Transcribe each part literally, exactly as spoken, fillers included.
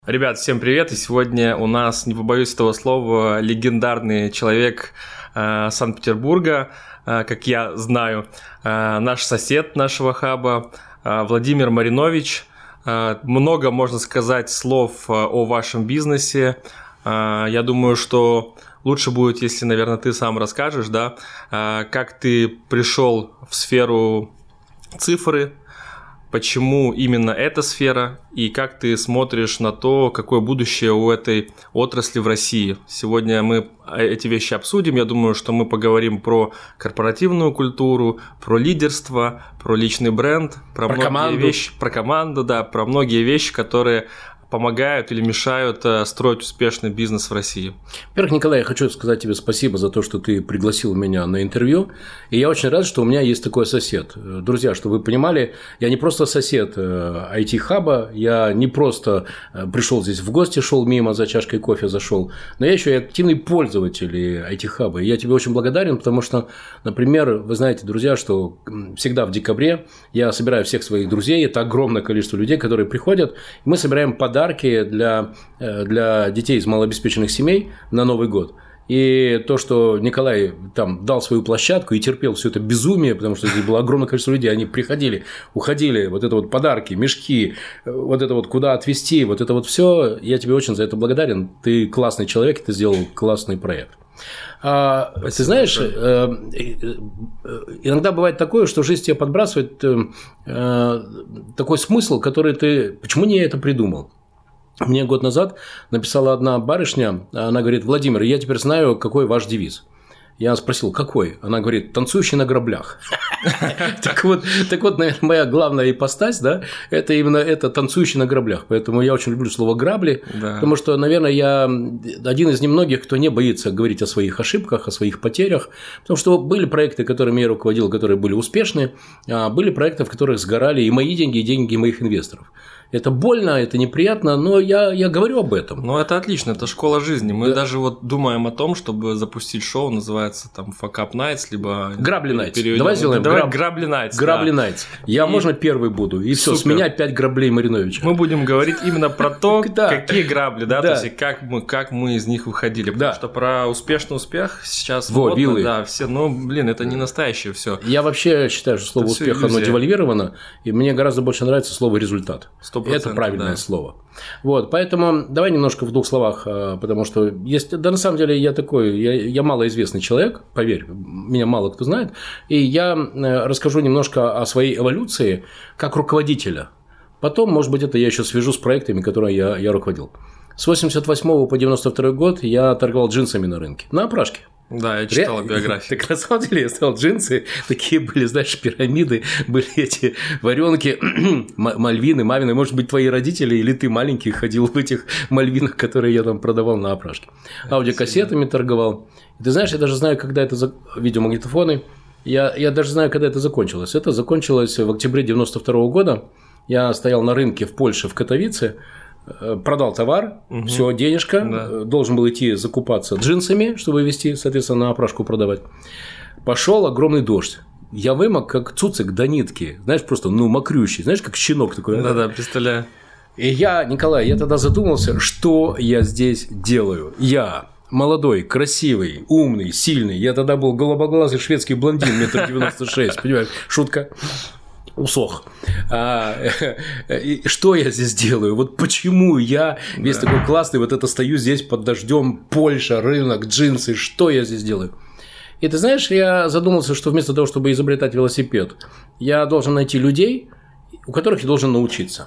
Ребят, всем привет! И сегодня у нас, не побоюсь этого слова, легендарный человек э, Санкт-Петербурга, э, как я знаю, э, наш сосед нашего хаба э, Владимир Маринович. Э, много можно сказать слов э, о вашем бизнесе. Э, я думаю, что лучше будет, если, наверное, ты сам расскажешь, да, э, как ты пришел в сферу цифры. Почему именно эта сфера и как ты смотришь на то, какое будущее у этой отрасли в России? Сегодня мы эти вещи обсудим. Я думаю, что мы поговорим про корпоративную культуру, про лидерство, про личный бренд, про, про многие команду. вещи, про команду, да, про многие вещи, которые помогают или мешают строить успешный бизнес в России. Во-первых, Николай, я хочу сказать тебе спасибо за то, что ты пригласил меня на интервью. И я очень рад, что у меня есть такой сосед. Друзья, чтобы вы понимали, я не просто сосед ай ти-хаба, я не просто пришел здесь в гости, шел мимо, за чашкой кофе зашел, но я еще и активный пользователь ай ти-хаба. И я тебе очень благодарен, потому что, например, вы знаете, друзья, что всегда в декабре я собираю всех своих друзей, это огромное количество людей, которые приходят, и мы собираем подарки для, для детей из малообеспеченных семей на Новый год. И то, что Николай там дал свою площадку и терпел все это безумие, потому что здесь было огромное количество людей, они приходили, уходили, вот это вот подарки, мешки, вот это вот куда отвезти, вот это вот все, я тебе очень за это благодарен. Ты классный человек, ты сделал классный проект. А, ты знаешь, э, э, иногда бывает такое, что жизнь тебе подбрасывает э, такой смысл, который ты... Почему не я это придумал? Мне год назад написала одна барышня, она говорит: Владимир, я теперь знаю, какой ваш девиз. Я спросил, какой? Она говорит: танцующий на граблях. Так вот, так вот, наверное, моя главная ипостась, да, это именно это танцующий на граблях. Поэтому я очень люблю слово грабли, потому что, наверное, я один из немногих, кто не боится говорить о своих ошибках, о своих потерях. Потому что были проекты, которыми я руководил, которые были успешны, а были проекты, в которых сгорали и мои деньги, и деньги моих инвесторов. Это больно, это неприятно, но я, я говорю об этом. Ну, это отлично, это школа жизни. Мы да. даже вот думаем о том, чтобы запустить шоу, называется там Fuck Up Nights, либо... Грабли Найтс. Давай сделаем Давай Грабли Найтс. Грабли Найтс. Я, и... можно, первый буду. И все, с меня пять граблей Мариновича. Мы будем говорить именно про то, какие грабли, да, то есть как мы, как мы из них выходили. Потому что про успешный успех сейчас модно, да, все, но, блин, это не настоящее все. Я вообще считаю, что слово успех, оно девальвировано, и мне гораздо больше нравится слово результат. Это правильное да. слово. Вот, поэтому давай немножко в двух словах, потому что есть, да, на самом деле я такой, я, я малоизвестный человек, поверь, меня мало кто знает, и я расскажу немножко о своей эволюции как руководителя. Потом, может быть, это я еще свяжу с проектами, которые я, я руководил. С восемьдесят восьмого по девяносто второй год я торговал джинсами на рынке, на опрашке. Да, я читал Ре... биографию. Так на самом деле я стал джинсы, такие были, знаешь, пирамиды, были эти варенки, мальвины, мамины, может быть, твои родители или ты маленький ходил в этих мальвинах, которые я там продавал на опрашке. Аудиокассетами торговал. И ты знаешь, я даже знаю, когда это за... видеомагнитофоны, я, я даже знаю, когда это закончилось. Это закончилось в октябре девяносто второго года. Я стоял на рынке в Польше, в Катовице. Продал товар, угу. все, денежка, да. должен был идти закупаться джинсами, чтобы везти, соответственно, на опрашку продавать. Пошел огромный дождь. Я вымок, как цуцик до нитки, знаешь, просто, ну, мокрющий, знаешь, как щенок такой. Да-да, представляю. И я, Николай, я тогда задумался, что я здесь делаю. Я молодой, красивый, умный, сильный. Я тогда был голубоглазый шведский блондин, метр девяносто шесть, понимаешь, шутка. Усох. А, что я здесь делаю? Вот почему я весь да. такой классный, вот это стою здесь под дождем, Польша, рынок, джинсы, что я здесь делаю? И ты знаешь, я задумался, что вместо того, чтобы изобретать велосипед, я должен найти людей, у которых я должен научиться.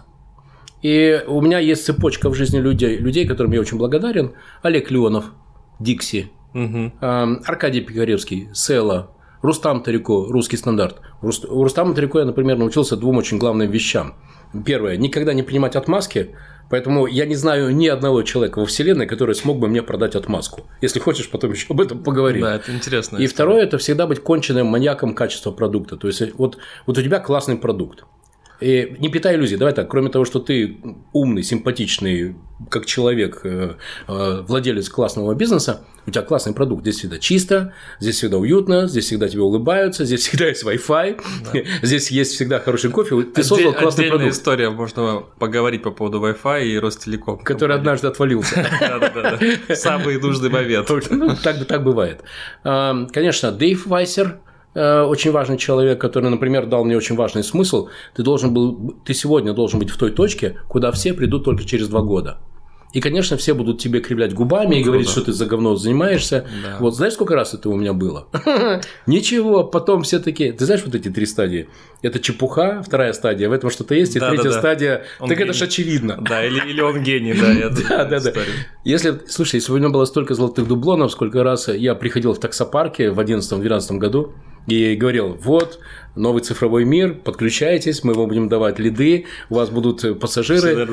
И у меня есть цепочка в жизни людей, людей, которым я очень благодарен. Олег Леонов, Дикси, угу. Аркадий Пикаревский, Села, Рустам Тарико, русский стандарт. У Рустама Тарико я, например, научился двум очень главным вещам. Первое – никогда не принимать отмазки, поэтому я не знаю ни одного человека во Вселенной, который смог бы мне продать отмазку. Если хочешь, потом еще об этом поговорим. Да, это интересно. И второе – это всегда быть конченным маньяком качества продукта. То есть, вот, вот у тебя классный продукт. И не питай иллюзий. Давай так, кроме того, что ты умный, симпатичный, как человек, владелец классного бизнеса, у тебя классный продукт. Здесь всегда чисто, здесь всегда уютно, здесь всегда тебе улыбаются, здесь всегда есть Wi-Fi, да. Здесь есть всегда хороший кофе. Ты Отдель, создал классный продукт. История, можно поговорить по поводу Wi-Fi и Ростелеком. Который однажды отвалился. Да-да-да. Самый нужный момент. Так бывает. Конечно, Дэйв Вайсер. Очень важный человек, который, например, дал мне очень важный смысл. Ты должен был, ты сегодня должен быть в той точке, куда все придут только через два года. И, конечно, все будут тебе кривлять губами ну, и говорить, что ты за говно занимаешься. Да. Вот знаешь, сколько раз это у меня было? Ничего, потом все такие. Ты знаешь, вот эти три стадии? Это чепуха, вторая стадия, в этом что-то есть, и да, третья да, да. стадия. Он так гений. Это ж очевидно. Да, или, или он гений, да. Да, да, да. Если, слушай, если бы у меня было столько золотых дублонов, сколько раз я приходил в таксопарке в одиннадцатом-двенадцатом году и говорил, вот, новый цифровой мир, подключайтесь, мы вам будем давать лиды, у вас будут пассажиры.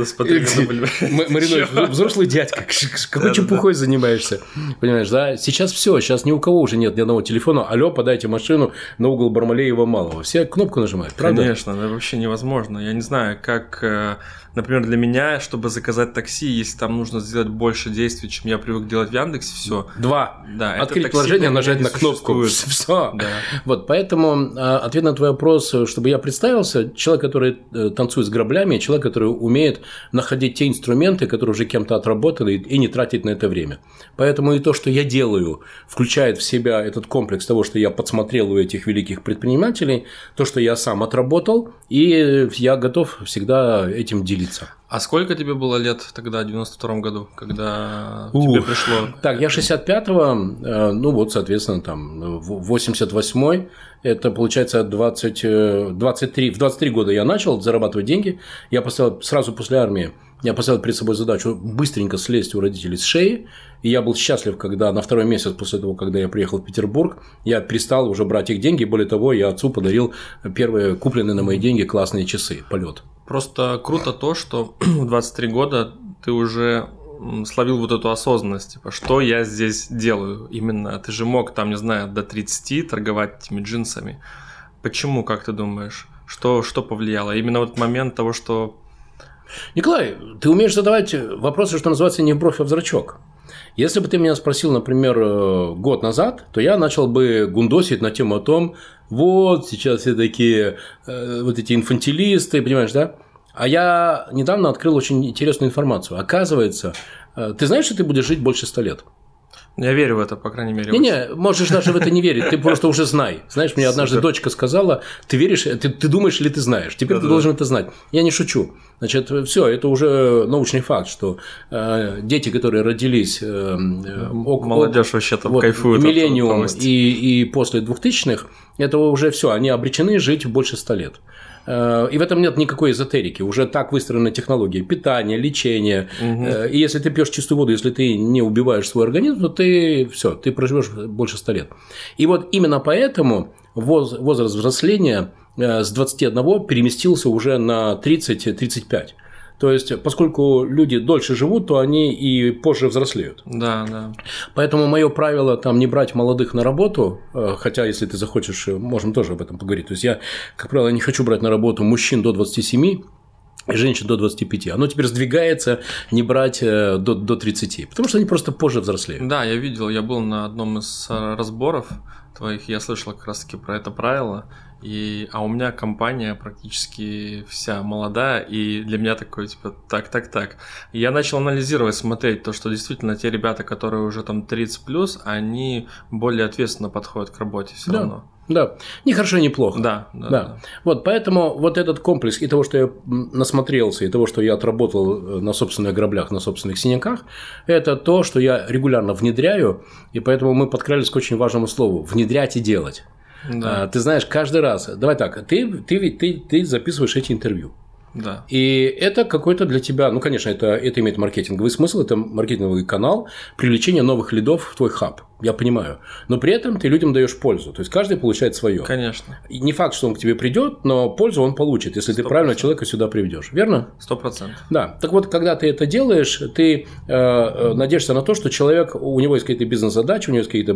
Маринович, взрослый дядька, какой чепухой занимаешься? Понимаешь, да? Сейчас все, сейчас ни у кого уже нет ни одного телефона. Алло, подайте машину на угол Бармалеева-Малого. Все кнопку нажимают, правда? Конечно, это вообще невозможно. Я не знаю, как, например, для меня, чтобы заказать такси, если там нужно сделать больше действий, чем я привык делать в Яндексе, все. Два. Да, открыть приложение, нажать на кнопку. Все. Да. Вот, поэтому ответ на твой вопрос, чтобы я представился, человек, который танцует с граблями, человек, который умеет находить те инструменты, которые уже кем-то отработаны, и не тратить на это время. Поэтому и то, что я делаю, включает в себя этот комплекс того, что я подсмотрел у этих великих предпринимателей, то, что я сам отработал, и я готов всегда этим делиться. А сколько тебе было лет тогда, в девяносто втором году, когда Ух. тебе пришло? Так, я шестьдесят пятого, ну вот, соответственно, там, восемьдесят восьмой, это получается двадцать, двадцать три, в двадцать три года я начал зарабатывать деньги, я поставил сразу после армии, я поставил перед собой задачу быстренько слезть у родителей с шеи, и я был счастлив, когда на второй месяц после того, когда я приехал в Петербург, я перестал уже брать их деньги, более того, я отцу подарил первые купленные на мои деньги классные часы, полет. Просто круто то, что в двадцать три года ты уже словил вот эту осознанность, типа, что я здесь делаю именно. Ты же мог, там, не знаю, до тридцати торговать этими джинсами. Почему, как ты думаешь? Что, что повлияло? Именно вот момент того, что… Николай, ты умеешь задавать вопросы, что называется, не в бровь, а в зрачок. Если бы ты меня спросил, например, год назад, то я начал бы гундосить на тему о том, вот сейчас все такие э, вот эти инфантилисты, понимаешь, да? А я недавно открыл очень интересную информацию. Оказывается, э, ты знаешь, что ты будешь жить больше ста лет? Я верю в это, по крайней мере. Не-не, можешь даже в это не верить, ты просто уже знай. Знаешь, мне однажды Супер. дочка сказала, ты веришь, ты, ты думаешь или ты знаешь, теперь да, ты да. должен это знать. Я не шучу. Значит, все, это уже научный факт, что э, дети, которые родились… Э, ок, Молодежь вообще там вот, кайфует. Миллениум и, и после двухтысячных, это уже все, они обречены жить больше ста лет. И в этом нет никакой эзотерики. Уже так выстроены технологии питания, лечения. Угу. И если ты пьешь чистую воду, если ты не убиваешь свой организм, то ты все, ты проживешь больше ста лет. И вот именно поэтому возраст взросления с двадцати одного переместился уже на тридцать-тридцать пять. То есть, поскольку люди дольше живут, то они и позже взрослеют. Да, да. Поэтому мое правило там не брать молодых на работу, хотя, если ты захочешь, можем тоже об этом поговорить. То есть, я, как правило, не хочу брать на работу мужчин до двадцати семи и женщин до двадцати пяти. Оно теперь сдвигается не брать до, до тридцати, потому что они просто позже взрослеют. Да, я видел, я был на одном из разборов твоих, я слышал как раз-таки про это правило. И, а у меня компания практически вся молодая, и для меня такой, типа, так, так, так. И я начал анализировать, смотреть то, что действительно те ребята, которые уже там тридцать плюс, они более ответственно подходят к работе все да. равно. Да, не хорошо, не плохо. Да, да, да. да. Вот поэтому вот этот комплекс и того, что я насмотрелся, и того, что я отработал на собственных граблях, на собственных синяках, это то, что я регулярно внедряю, и поэтому мы подкрались к очень важному слову – внедрять и делать. Да. Ты знаешь, каждый раз, давай так, ты, ты, ты, ты записываешь эти интервью. Да. И это какой-то для тебя, ну, конечно, это, это имеет маркетинговый смысл, это маркетинговый канал привлечения новых лидов в твой хаб, я понимаю. Но при этом ты людям даешь пользу, то есть каждый получает свое. Конечно. И не факт, что он к тебе придет, но пользу он получит, если сто процентов. Ты правильно человека сюда приведешь, верно? Сто процентов. Да. Так вот, когда ты это делаешь, ты э, надеешься на то, что человек, у него есть какие-то бизнес-задачи, у него есть какие-то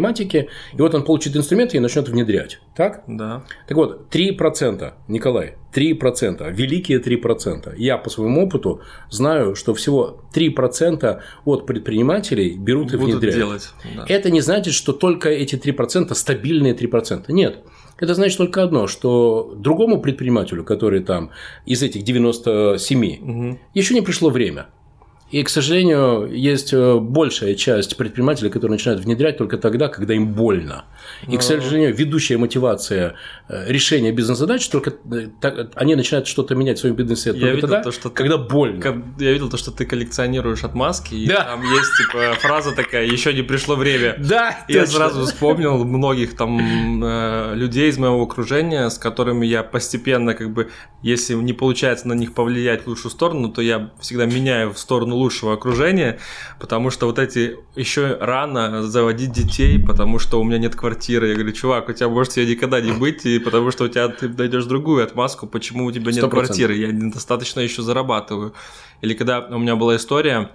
бизнес-проблематики, и вот он получит инструменты и начнет внедрять. Так? Да. Так вот, три процента, Николай, три процента, великие три процента. Я по своему опыту знаю, что всего три процента от предпринимателей берут и Будут внедряют. Делать, да. Это не значит, что только эти три процента стабильные три процента. Нет. Это значит только одно, что другому предпринимателю, который там из этих девяноста семи, угу. еще не пришло время. И, к сожалению, есть большая часть предпринимателей, которые начинают внедрять только тогда, когда им больно. И, к сожалению, ведущая мотивация решения бизнес-задач, только они начинают что-то менять в своем бизнесе только тогда, то, что когда ты, больно. Я видел то, что ты коллекционируешь отмазки, и да. там есть типа фраза такая: еще не пришло время. Да, и я сразу вспомнил многих там людей из моего окружения, с которыми я постепенно, как бы, если не получается на них повлиять в лучшую сторону, то я всегда меняю в сторону лучшего окружения, потому что вот эти еще рано заводить детей, потому что у меня нет квартиры. Я говорю: чувак, у тебя может ее никогда не быть, и потому что у тебя ты найдешь другую отмазку, почему у тебя нет сто процентов квартиры, я недостаточно еще зарабатываю. Или когда у меня была история,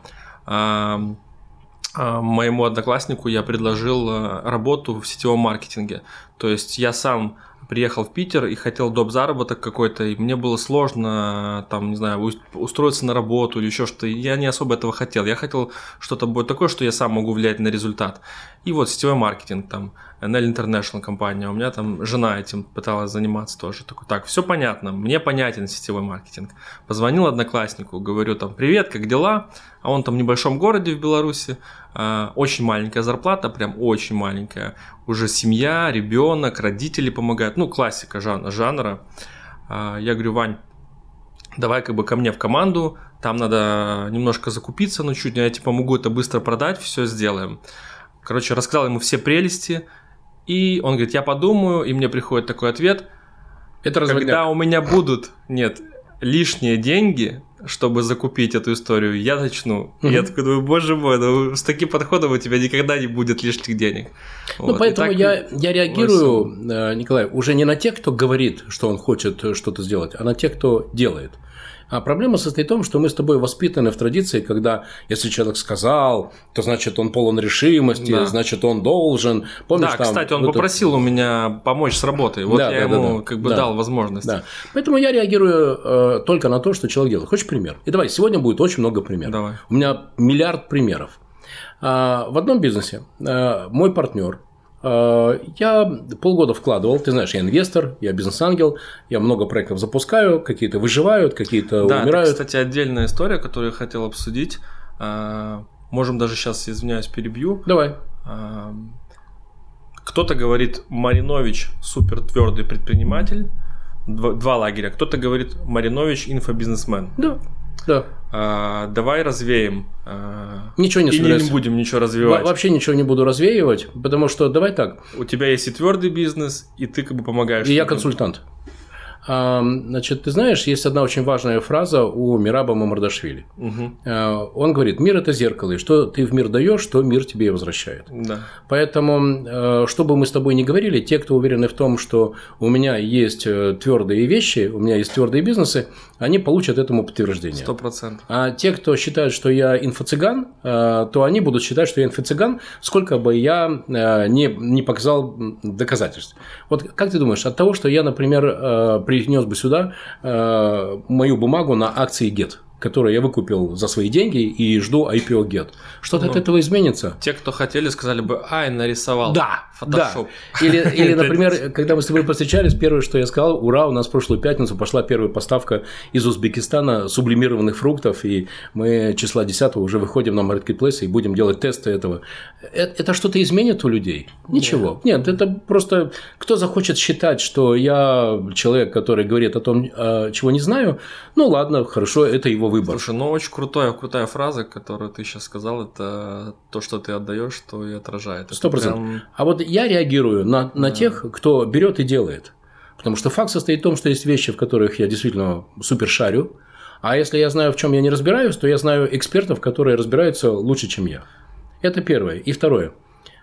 моему однокласснику я предложил работу в сетевом маркетинге. То есть я сам приехал в Питер и хотел доп. Заработок какой-то, и мне было сложно, там, не знаю, устроиться на работу или еще что-то. Я не особо этого хотел. Я хотел что-то будет такое, что я сам могу влиять на результат. И вот сетевой маркетинг, там, эн эл International компания, у меня там жена этим пыталась заниматься тоже. Такой: так, все понятно, мне понятен сетевой маркетинг. Позвонил однокласснику, говорю там: привет, как дела? А он там в небольшом городе в Беларуси, очень маленькая зарплата, прям очень маленькая. Уже семья, ребенок, родители помогают. Ну, классика жан- жанра. Я говорю: Вань, давай как бы ко мне в команду, там надо немножко закупиться, ну чуть, я тебе помогу это быстро продать, все сделаем. Короче, рассказал ему все прелести, и он говорит: я подумаю, и мне приходит такой ответ: это когда у меня будут, нет, лишние деньги, чтобы закупить эту историю, я начну. Mm-hmm. Я такой думаю: боже мой, ну с таким подходом у тебя никогда не будет лишних денег. Ну, вот. Поэтому так, я, я реагирую, Николай, уже не на тех, кто говорит, что он хочет что-то сделать, а на тех, кто делает. А проблема состоит в том, что мы с тобой воспитаны в традиции, когда если человек сказал, то значит он полон решимости, да. значит он должен. Помнишь, да, там, кстати, он вот попросил это... у меня помочь с работой. Вот да, я да, ему да, да. как бы да. дал возможность. Да. Поэтому я реагирую э, только на то, что человек делает. Хочешь пример? И давай, сегодня будет очень много примеров. Давай. У меня миллиард примеров. А, в одном бизнесе а, мой партнер. Я полгода вкладывал, ты знаешь, я инвестор, я бизнес-ангел, я много проектов запускаю, какие-то выживают, какие-то да, умирают. Да, это, кстати, отдельная история, которую я хотел обсудить. Можем даже сейчас, извиняюсь, перебью. Давай. Кто-то говорит: Маринович супер твердый предприниматель, два, два лагеря. Кто-то говорит: Маринович инфобизнесмен. Да. Да. А, давай развеем. Ничего не Или не будем ничего развивать. Во- вообще ничего не буду развеивать, потому что давай так. У тебя есть и твердый бизнес, и ты как бы помогаешь. И я консультант. Значит, ты знаешь, есть одна очень важная фраза у Мираба Мамардашвили. Угу. Он говорит: мир – это зеркало, и что ты в мир даешь, то мир тебе и возвращает. Да. Поэтому, что бы мы с тобой ни говорили, те, кто уверены в том, что у меня есть твердые вещи, у меня есть твердые бизнесы, они получат этому подтверждение. Сто процентов. А те, кто считают, что я инфо-цыган, то они будут считать, что я инфо-цыган, сколько бы я не, не показал доказательств. Вот как ты думаешь, от того, что я, например, принес бы сюда э, мою бумагу на акции Get, которую я выкупил за свои деньги и жду ай пи о Get. Что-то ну, от этого изменится? Те, кто хотели, сказали бы: ай, нарисовал. Да, Photoshop. Да. Или, или, например, когда мы с тобой повстречались, первое, что я сказал: ура, у нас в прошлую пятницу пошла первая поставка из Узбекистана сублимированных фруктов, и мы числа десятого уже выходим на маркетплейс и будем делать тесты этого. Это, это что-то изменит у людей? Ничего. Нет. Нет, это просто кто захочет считать, что я человек, который говорит о том, чего не знаю, ну ладно, хорошо, это его выбор. Слушай, ну очень крутая, крутая фраза, которую ты сейчас сказал, это то, что ты отдаешь, то и отражает. Сто процентов. Прям... А вот я реагирую на, на да. тех, кто берет и делает. Потому что факт состоит в том, что есть вещи, в которых я действительно супер шарю. А если я знаю, в чем я не разбираюсь, то я знаю экспертов, которые разбираются лучше, чем я. Это первое. И второе.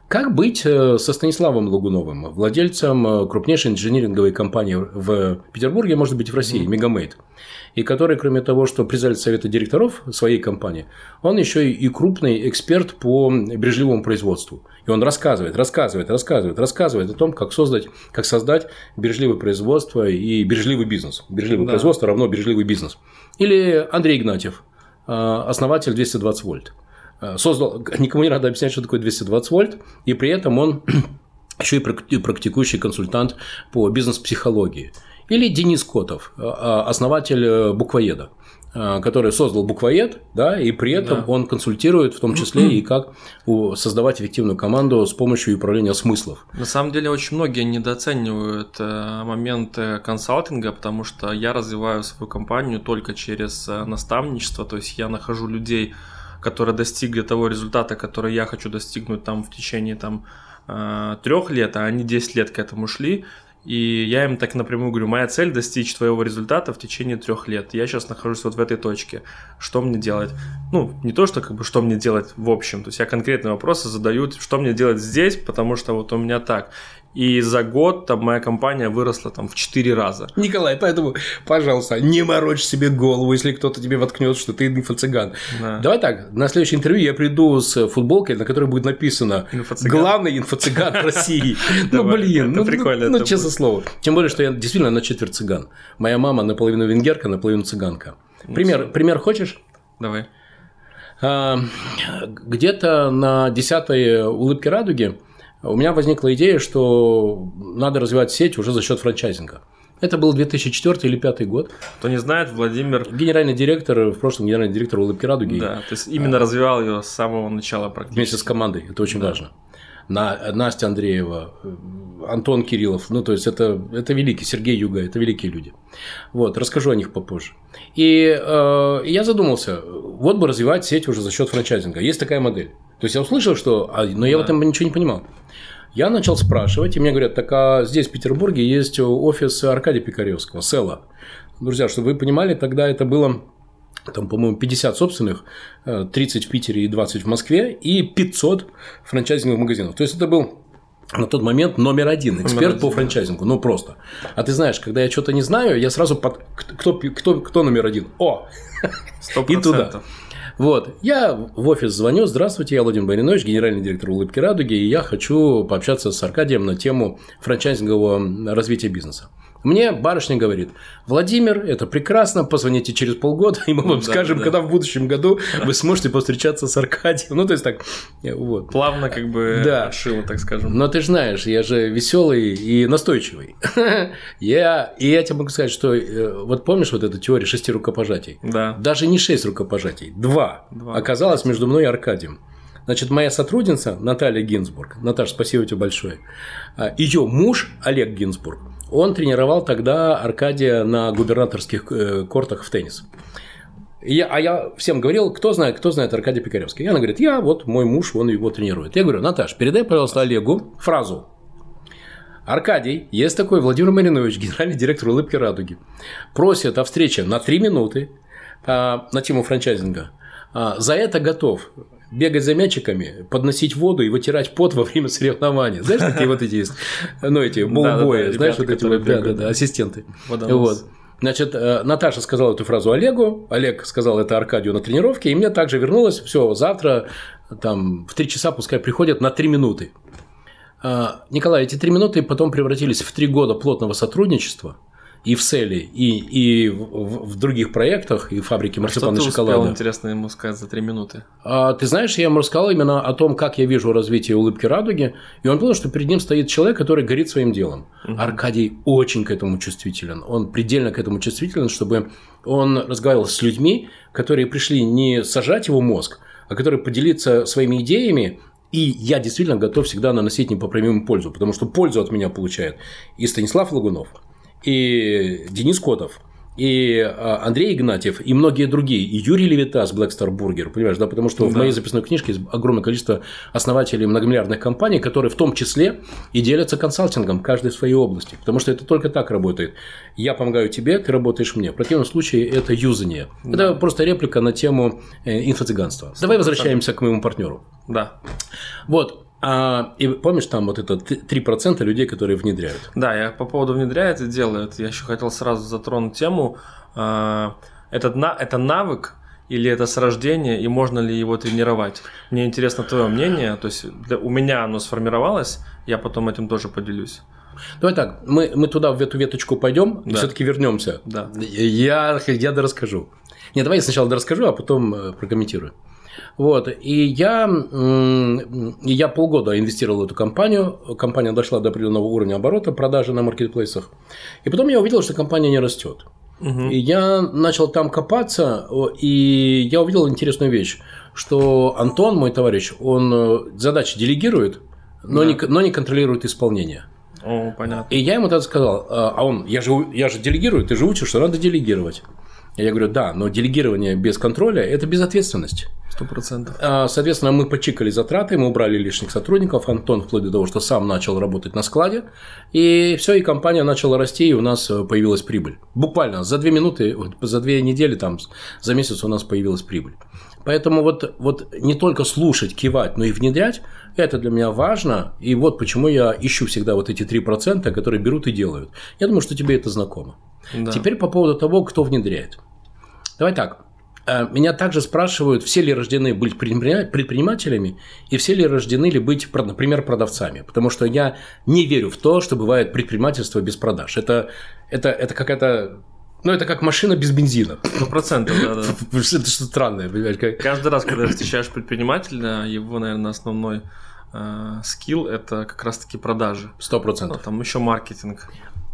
Как быть со Станиславом Лагуновым, владельцем крупнейшей инжиниринговой компании в Петербурге, может быть, в России, Мегамейт, и который, кроме того, что председатель совета директоров своей компании, он еще и крупный эксперт по бережливому производству. И он рассказывает, рассказывает, рассказывает, рассказывает о том, как создать, как создать бережливое производство и бережливый бизнес. Бережливое да. производство равно бережливый бизнес. Или Андрей Игнатьев, основатель двести двадцать вольт. Создал, никому не надо объяснять, что такое двести двадцать вольт, и при этом он еще и практикующий консультант по бизнес-психологии. Или Денис Котов, основатель Буквоеда, который создал Буквоед, да, и при этом да. он консультирует в том числе и как создавать эффективную команду с помощью управления смыслов. На самом деле очень многие недооценивают момент консалтинга, потому что я развиваю свою компанию только через наставничество, то есть я нахожу людей, которые достигли того результата, который я хочу достигнуть там в течение там трех лет, а они десять лет к этому шли. И я им так напрямую говорю, моя цель достичь твоего результата в течение трех лет. Я сейчас нахожусь вот в этой точке. Что мне делать? Ну, не то, что как бы что мне делать в общем. То есть я конкретные вопросы задаю, что мне делать здесь, потому что вот у меня так. И за год там моя компания выросла там в четыре раза. Николай, поэтому, пожалуйста, не морочь себе голову, если кто-то тебе воткнет, что ты инфо-цыган. Да. Давай так, на следующее интервью я приду с футболкой, на которой будет написано инфо-цыган. «Главный инфо-цыган России». Ну, блин, ну прикольно. Ну, честное слово. Тем более, что я действительно на четверть цыган. Моя мама наполовину венгерка, наполовину цыганка. Пример, пример хочешь? Давай. Где-то на десятой улыбке радуги у меня возникла идея, что надо развивать сеть уже за счет франчайзинга. Это был две тысячи четвёртый или две тысячи пятый год. Кто не знает, Владимир… Генеральный директор, в прошлом генеральный директор «Улыбки радуги». Да, то есть именно а, развивал ее с самого начала практически. Вместе с командой, это очень да. важно. На, Настя Андреева, Антон Кириллов, ну, то есть, это, это великие, Сергей Юга, это великие люди. Вот, расскажу о них попозже. И э, я задумался, вот бы развивать сеть уже за счет франчайзинга. Есть такая модель. То есть, я услышал, что… Но я да. в этом ничего не понимал. Я начал спрашивать, и мне говорят, так а здесь, в Петербурге, есть офис Аркадия Пикаревского, Села. Друзья, чтобы вы понимали, тогда это было… Там, по-моему, пятьдесят собственных, тридцать в Питере и двадцать в Москве, и пятьсот франчайзинговых магазинов. То есть, это был на тот момент номер один эксперт номер один, по франчайзингу. Ну, просто. А ты знаешь, когда я что-то не знаю, я сразу под… Кто, кто, кто номер один? О! сто процентов. И туда. Вот. Я в офис звоню. Здравствуйте, я Владимир Баринович, генеральный директор «Улыбки радуги», и я хочу пообщаться с Аркадием на тему франчайзингового развития бизнеса. Мне барышня говорит: Владимир, это прекрасно, позвоните через полгода, и мы вам да, скажем, да. когда в будущем году вы сможете повстречаться с Аркадием. Ну, то есть так, вот. Плавно как бы да. шило, так скажем. Но ты же знаешь, я же веселый и настойчивый. я, и я тебе могу сказать, что вот помнишь вот эту теорию шести рукопожатий? Да. Даже не шесть рукопожатий, два, два оказалось между мной и Аркадием. Значит, моя сотрудница Наталья Гинзбург, Наташа, спасибо тебе большое, ее муж Олег Гинзбург, он тренировал тогда Аркадия на губернаторских кортах в теннис. Я, а я всем говорил, кто знает, кто знает Аркадия Пикаревского. И она говорит, я, вот мой муж, он его тренирует. Я говорю, Наташ, передай, пожалуйста, Олегу фразу. Аркадий, есть такой Владимир Маринович, генеральный директор «Улыбки радуги», просит о встрече на три минуты а, на тему франчайзинга. А, за это готов бегать за мячиками, подносить воду и вытирать пот во время соревнований. Знаешь, такие вот эти есть, ну, эти болбои, знаешь, вот эти вот, да, да, да, ассистенты. Вот. Значит, Наташа сказала эту фразу Олегу, Олег сказал это Аркадию на тренировке, и мне также вернулось, все, завтра там в три часа пускай приходят на три минуты. Николай, эти три минуты потом превратились в три года плотного сотрудничества. И в Селе, и, и в, в других проектах, и в фабрике марципана и шоколада. Что ты успел, интересно, ему сказать за три минуты? А, ты знаешь, я ему рассказал именно о том, как я вижу развитие «Улыбки радуги», и он понял, что перед ним стоит человек, который горит своим делом. Угу. Аркадий очень к этому чувствителен, он предельно к этому чувствителен, чтобы он разговаривал с людьми, которые пришли не сажать его мозг, а которые поделиться своими идеями. И я действительно готов всегда наносить непоправимую пользу, потому что пользу от меня получает и Станислав Лагунов, и Денис Котов, и Андрей Игнатьев, и многие другие, и Юрий Левитас, Black Star Burger, понимаешь, да, потому что да. в моей записной книжке есть огромное количество основателей многомиллиардных компаний, которые в том числе и делятся консалтингом, каждый в своей области, потому что это только так работает. Я помогаю тебе, ты работаешь мне. В противном случае это юзание. Да. Это просто реплика на тему инфо-цыганства. Давай возвращаемся к моему партнеру. Да. Вот. А, и помнишь, там вот это три процента людей, которые внедряют? Да, я по поводу внедряют и делают. Я еще хотел сразу затронуть тему. Это, это навык или это с рождения, и можно ли его тренировать? Мне интересно твое мнение. То есть для, у меня оно сформировалось, я потом этим тоже поделюсь. Давай так, мы, мы туда в эту веточку пойдем, да. Все-таки вернемся. Да. Я, я дорасскажу. Нет, давай я сначала дорасскажу, а потом прокомментирую. Вот, и я, я полгода инвестировал в эту компанию, компания дошла до определенного уровня оборота, продажи на маркетплейсах, и потом я увидел, что компания не растет. Угу. И я начал там копаться, и я увидел интересную вещь, что Антон, мой товарищ, он задачи делегирует, но, да. не, но не контролирует исполнение. О, понятно. И я ему тогда сказал, а он, я же, я же делегирую, ты же учишь, что надо делегировать. Я говорю, да, но делегирование без контроля – это безответственность. Сто процентов. Соответственно, мы почикали затраты, мы убрали лишних сотрудников. Антон вплоть до того, что сам начал работать на складе. И все, и компания начала расти, и у нас появилась прибыль. Буквально за две минуты, за две недели, там, за месяц у нас появилась прибыль. Поэтому вот, вот не только слушать, кивать, но и внедрять – это для меня важно. И вот почему я ищу всегда вот эти три процента, которые берут и делают. Я думаю, что тебе это знакомо. Да. Теперь по поводу того, кто внедряет. Давай так. Меня также спрашивают, все ли рождены быть предпринимателями и все ли рождены ли быть, например, продавцами. Потому что я не верю в то, что бывает предпринимательство без продаж. Это, это, это какая-то... Ну, это как машина без бензина. Сто процентов, да, да. Это что-то странное, понимаешь? Как... Каждый раз, когда встречаешь предпринимателя, его, наверное, основной э, скилл – это как раз-таки продажи. Сто процентов. Там еще маркетинг.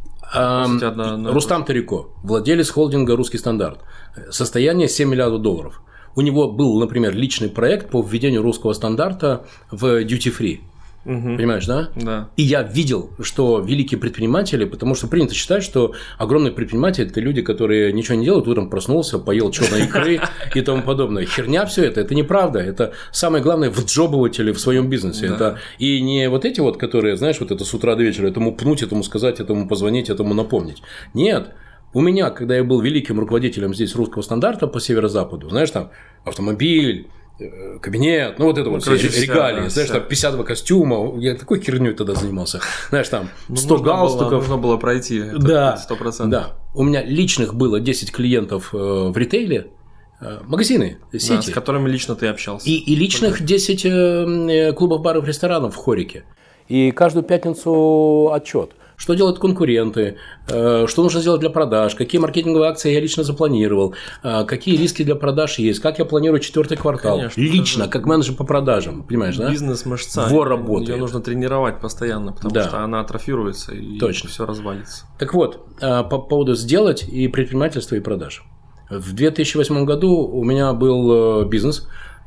Um, Рустам Тарико, владелец холдинга «Русский стандарт». Состояние семь миллиардов долларов. У него был, например, личный проект по введению русского стандарта в duty-free. Угу. Понимаешь, да? Да. И я видел, что великие предприниматели, потому что принято считать, что огромные предприниматели – это люди, которые ничего не делают, утром проснулся, поел черной икры и тому подобное. Херня все это, это неправда. Это самое главное вджобыватели в своем бизнесе. Да. Это и не вот эти вот, которые, знаешь, вот это с утра до вечера, этому пнуть, этому сказать, этому позвонить, этому напомнить. Нет. У меня, когда я был великим руководителем здесь русского стандарта по северо-западу, знаешь, там автомобиль, кабинет, ну вот это ну, вот короче, все регалии, да, знаешь, вся. Там пятьдесят два костюма, я такой херней тогда занимался, знаешь, там сто ну, галстуков. Было, нужно было пройти, да, сто процентов. Да, у меня личных было десять клиентов в ритейле, магазины, сети. Да, с которыми лично ты общался. И, и личных десять клубов, баров, ресторанов в Хорике. И каждую пятницу отчет. Что делают конкуренты, что нужно сделать для продаж, какие маркетинговые акции я лично запланировал, какие риски для продаж есть, как я планирую четвертый квартал. Конечно, лично, как менеджер по продажам, понимаешь, да? Бизнес-мышца. Вор работает. Ее нужно тренировать постоянно, потому да. что она атрофируется и точно. Все развалится. Так вот, по поводу сделать и предпринимательства, и продаж. В две тысячи восьмом году у меня был бизнес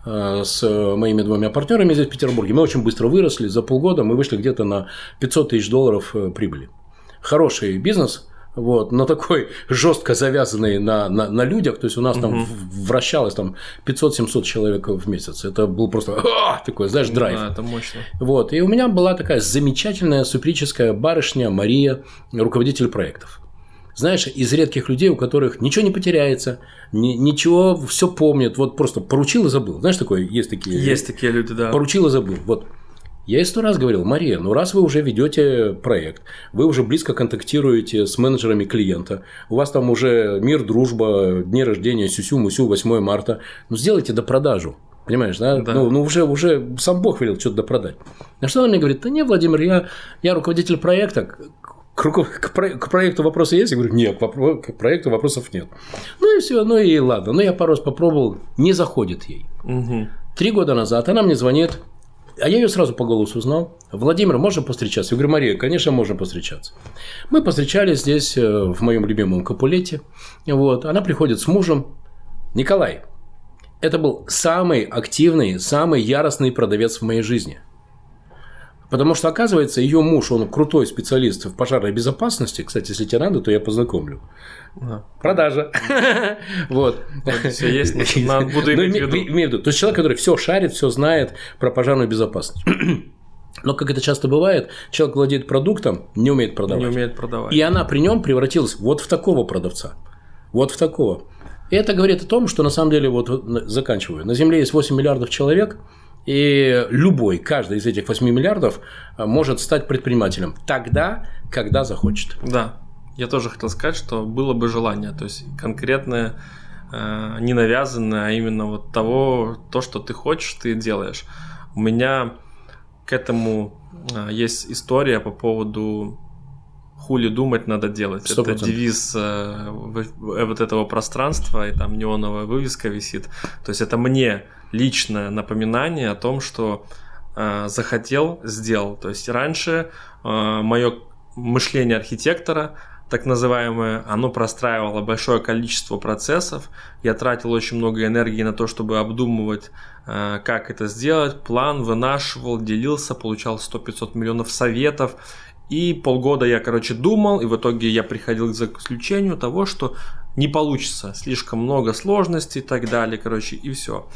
с моими двумя партнерами здесь в Петербурге. Мы очень быстро выросли. За полгода мы вышли где-то на пятьсот тысяч долларов прибыли. Хороший бизнес, вот, но такой жестко завязанный на, на, на людях. То есть у нас там угу. вращалось там пятьсот-семьсот человек в месяц. Это был просто такой, знаешь, драйв. Да, это мощно. Вот. И у меня была такая замечательная суперическая барышня Мария, руководитель проектов. Знаешь, из редких людей, у которых ничего не потеряется, ни, ничего, все помнят, вот просто поручил и забыл. Знаешь, такое есть такие. Есть такие люди, да. Поручил и забыл. Вот. Я ей сто раз говорил: Мария, ну раз вы уже ведете проект, вы уже близко контактируете с менеджерами клиента, у вас там уже мир, дружба, дни рождения, сюсю-мусю, восьмое марта, ну сделайте допродажу. Понимаешь, да? да. Ну, ну уже, уже сам Бог велел что-то допродать. На что она мне говорит: да не, Владимир, я, я руководитель проекта. К, к, к проекту вопросы есть? Я говорю: нет, к проекту вопросов нет. Ну и все, ну и ладно. Ну я пару раз попробовал, не заходит ей. Угу. Три года назад она мне звонит, а я ее сразу по голосу узнал: Владимир, можем повстречаться? Я говорю: Мария, конечно, можем повстречаться. Мы повстречались здесь, в моем любимом Капулете. Вот. Она приходит с мужем. Николай, это был самый активный, самый яростный продавец в моей жизни. Потому что, оказывается, ее муж, он крутой специалист в пожарной безопасности. Кстати, если тебе надо, то я познакомлю. Ага. Продажа. Вот. Все есть, буду иметь в виду. То есть человек, который все шарит, все знает про пожарную безопасность. Но, как это часто бывает, человек владеет продуктом, не умеет продавать. Не умеет продавать. И она при нем превратилась вот в такого продавца. Вот в такого. И это говорит о том, что на самом деле, вот заканчиваю, на Земле есть восемь миллиардов человек, И любой, каждый из этих восьми миллиардов может стать предпринимателем тогда, когда захочет. Да, я тоже хотел сказать, что было бы желание, то есть конкретное, э, не навязанное, а именно вот того, то, что ты хочешь, ты делаешь. У меня к этому э, есть история по поводу «хули думать, надо делать». сто процентов. Это девиз э, в, в, вот этого пространства, и там неоновая вывеска висит. То есть это мне личное напоминание о том, что э, захотел, сделал. То есть раньше э, мое мышление архитектора, так называемое, оно простраивало большое количество процессов. Я тратил очень много энергии на то, чтобы обдумывать, э, как это сделать. План вынашивал, делился, получал сто-пятьсот миллионов советов. И полгода я, короче, думал, и в итоге я приходил к заключению того, что не получится. Слишком много сложностей и так далее, короче, и все.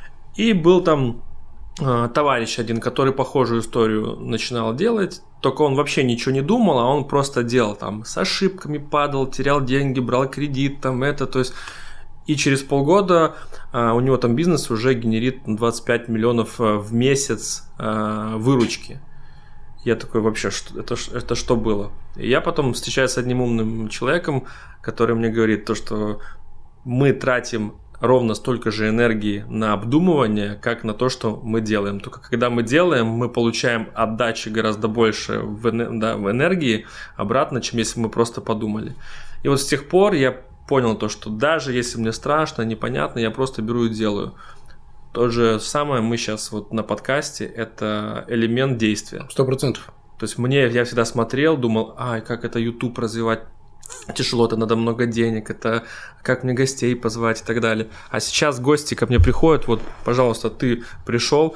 И был там э, товарищ один, который похожую историю начинал делать, только он вообще ничего не думал, а он просто делал там с ошибками, падал, терял деньги, брал кредит, там это, то есть... И через полгода э, у него там бизнес уже генерит двадцать пять миллионов в месяц э, выручки. Я такой, вообще, что, это, это что было? И я потом встречаюсь с одним умным человеком, который мне говорит то, что мы тратим ровно столько же энергии на обдумывание, как на то, что мы делаем. Только когда мы делаем, мы получаем отдачи гораздо больше в, да, в энергии обратно, чем если мы просто подумали. И вот с тех пор я понял то, что даже если мне страшно, непонятно, я просто беру и делаю. То же самое мы сейчас вот на подкасте, это элемент действия. Сто процентов. То есть мне, я всегда смотрел, думал, ай, как это YouTube развивать. Тяжело, это надо много денег, это как мне гостей позвать и так далее. А сейчас гости ко мне приходят, вот, пожалуйста, ты пришел,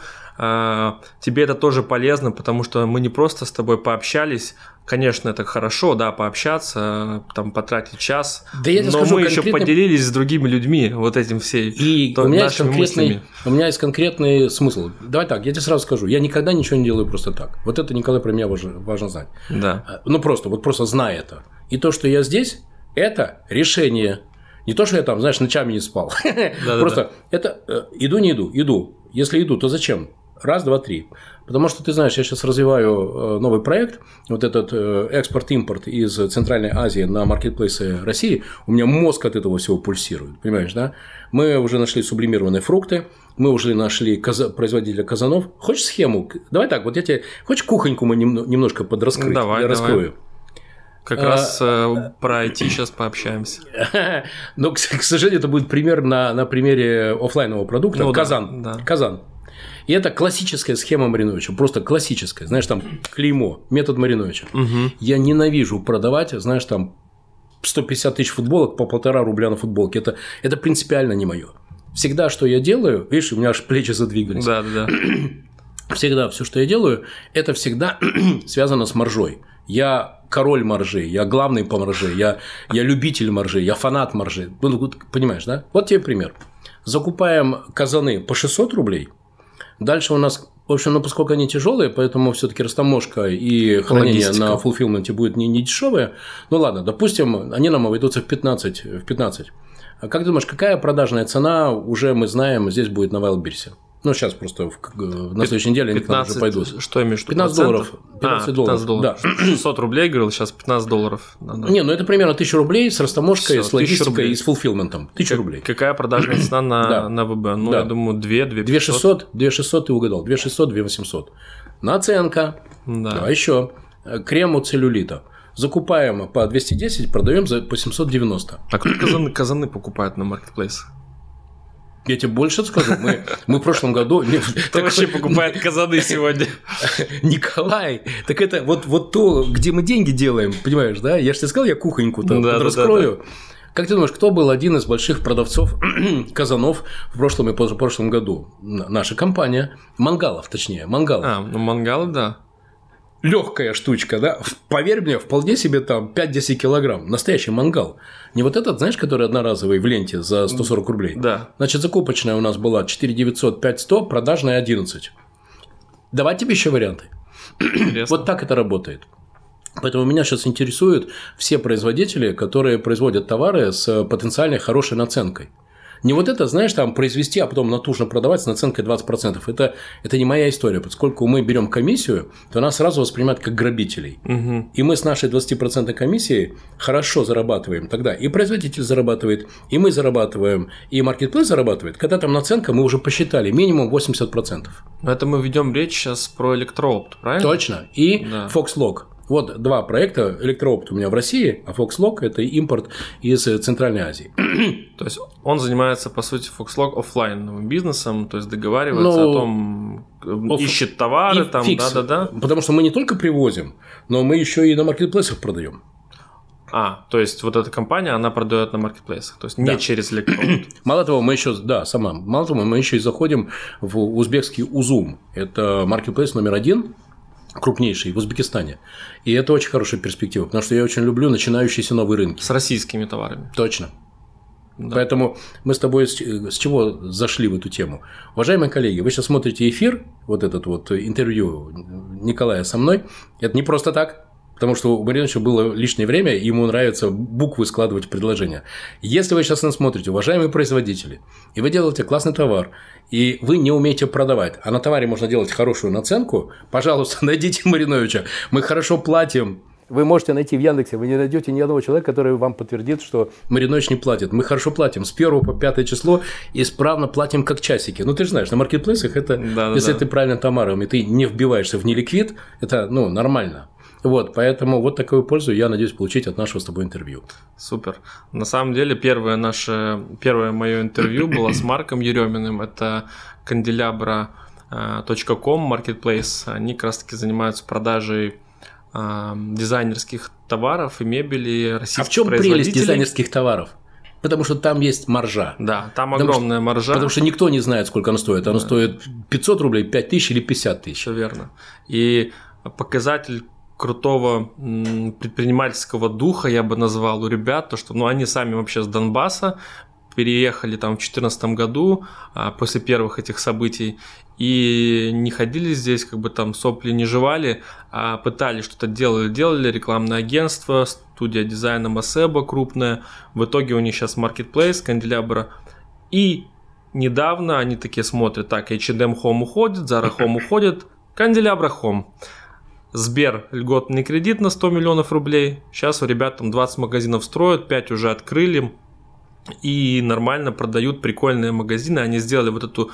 а, тебе это тоже полезно, потому что мы не просто с тобой пообщались, конечно, это хорошо, да, пообщаться, там, потратить час, да я но скажу, мы конкретно... еще поделились с другими людьми вот этим всей, и то, у меня нашими есть мыслями. У меня есть конкретный смысл. Давай так, я тебе сразу скажу, я никогда ничего не делаю просто так. Вот это, Николай, про меня важно, важно знать. Да. Ну, просто, вот просто знай это. И то, что я здесь, это решение. Не то, что я там, знаешь, ночами не спал. Просто это иду, не иду, иду. Если иду, то зачем? Раз, два, три. Потому что, ты знаешь, я сейчас развиваю новый проект, вот этот экспорт-импорт из Центральной Азии на маркетплейсы России. У меня мозг от этого всего пульсирует, понимаешь, да? Мы уже нашли сублимированные фрукты, мы уже нашли каза- производителя казанов. Хочешь схему? Давай так, вот я тебе... Хочешь кухоньку мы немножко подраскрыть? Давай, я давай. раскрою. Как а... раз э, про ай ти сейчас пообщаемся. Но, к, к сожалению, это будет пример на, на примере офлайнового продукта. Ну, Казан. Да, да. Казан. И это классическая схема Мариновича. Просто классическая. Знаешь, там клеймо, метод Мариновича. Угу. Я ненавижу продавать, знаешь, там сто пятьдесят тысяч футболок по полтора рубля на футболке. Это, это принципиально не мое. Всегда, что я делаю, видишь, у меня аж плечи задвигались. Да, да. Всегда все, что я делаю, это всегда связано с маржой. Я король маржи, я главный по марже, я, я любитель маржи, я фанат маржи. Понимаешь, да? Вот тебе пример. Закупаем казаны по шестьсот рублей. Дальше у нас, в общем, ну, поскольку они тяжелые, поэтому все-таки растаможка и хранение логистика на фулфилменте будет не, не дешевое. Ну ладно, допустим, они нам обойдутся в пятнадцать. В пятнадцать. А как ты думаешь, какая продажная цена, уже мы знаем, здесь будет на Wildberries? Ну, сейчас просто в, на следующей неделе они к нам уже пойдут. Что имеешь в виду? пятнадцать долларов. пятнадцать, а, долларов. пятнадцать долларов. Да. шестьсот рублей, говорил, сейчас пятнадцать долларов. Надо. Не, ну это примерно тысяча рублей с растаможкой, с логистикой и с фулфилментом. тысяча рублей. Какая продажная цена на, да. на ВБ? Ну, да. Я думаю, две, две две шестьсот. две шестьсот ты угадал. две шестьсот, две восемьсот. Наценка. Да. А еще крем от целлюлита. Закупаем по двести десять, продаем за по семьсот девяносто. А кто казаны, казаны покупает на маркетплейс? Я тебе больше скажу, мы, мы в прошлом году... Кто вообще покупает казаны сегодня? Николай, так это вот, вот то, где мы деньги делаем, понимаешь, да? Я же тебе сказал, я кухоньку-то да, раскрою. Да, да. Как ты думаешь, кто был один из больших продавцов казанов в прошлом и позапрошлом году? Наша компания. Мангалов, точнее, Мангалов. А, ну Мангалы, да. Легкая штучка, да? Поверь мне, вполне себе там пять-десять килограмм. Настоящий мангал. Не вот этот, знаешь, который одноразовый в ленте за сто сорок рублей. Да. Значит, закупочная у нас была четыре девятьсот, пять сто, продажная одиннадцать. Давай тебе еще варианты. Интересно. Вот так это работает. Поэтому меня сейчас интересуют все производители, которые производят товары с потенциальной хорошей наценкой. Не вот это, знаешь, там произвести, а потом натужно продавать с наценкой двадцать процентов. Это, это не моя история. Поскольку мы берем комиссию, то нас сразу воспринимают как грабителей. Угу. И мы с нашей двадцать процентов комиссией хорошо зарабатываем. Тогда и производитель зарабатывает, и мы зарабатываем, и маркетплейс зарабатывает. Когда там наценка, мы уже посчитали, минимум восемьдесят процентов. Это мы ведем речь сейчас про Электроопт, правильно? Точно. И да. Foxlog. Вот два проекта. Электроопт у меня в России, а Foxlog – это импорт из Центральной Азии. То есть он занимается, по сути, Foxlog офлайновым бизнесом, то есть договаривается ну, о том, оф... ищет товары, там, да-да-да. Потому что мы не только привозим, но мы еще и на маркетплейсах продаем. А, то есть вот эта компания, она продает на маркетплейсах, то есть не да. через Электроопт. Мало того, мы еще, да, сама, мало того, мы еще и заходим в узбекский Узум. Это маркетплейс номер один. Крупнейший в Узбекистане. И это очень хорошая перспектива, потому что я очень люблю начинающиеся новые рынки. С российскими товарами. Точно. Да. Поэтому мы с тобой с, с чего зашли в эту тему? Уважаемые коллеги, вы сейчас смотрите эфир, вот этот вот интервью Николая со мной. Это не просто так. Потому что у Мариновича было лишнее время, и ему нравится буквы складывать в предложения. Если вы сейчас нас смотрите, уважаемые производители, и вы делаете классный товар, и вы не умеете продавать, а на товаре можно делать хорошую наценку, пожалуйста, найдите Мариновича. Мы хорошо платим. Вы можете найти в Яндексе, вы не найдете ни одного человека, который вам подтвердит, что Маринович не платит. Мы хорошо платим с первого по пятое число, исправно платим как часики. Ну, ты же знаешь, на маркетплейсах это, да, если да. ты правильно товаром, и ты не вбиваешься в неликвид, это ну, нормально. Вот, поэтому вот такую пользу я надеюсь получить от нашего с тобой интервью. Супер. На самом деле, первое наше, первое мое интервью было с Марком Ереминым. Это канделябра точка ком Marketplace. Они как раз таки занимаются продажей дизайнерских товаров и мебели российских производителей. А в чем прелесть дизайнерских товаров? Потому что там есть маржа. Да, там огромная потому что, маржа. Потому что никто не знает, сколько она стоит. Она да. стоит пятьсот рублей, пять тысяч или пятьдесят тысяч. Все верно. И показатель крутого предпринимательского духа, я бы назвал, у ребят, то, что ну, они сами вообще с Донбасса, переехали там в две тысячи четырнадцатом году, после первых этих событий, и не ходили здесь, как бы там сопли не жевали, а пытались что-то делали, делали, рекламное агентство, студия дизайна Масеба крупная, в итоге у них сейчас маркетплейс, канделябра, и недавно они такие смотрят, так, эйч энд эм Home уходит, Zara Home уходит, канделябра Home. Сбер льготный кредит на сто миллионов рублей. Сейчас у ребят там двадцать магазинов строят, пять уже открыли. И нормально продают прикольные магазины. Они сделали вот эту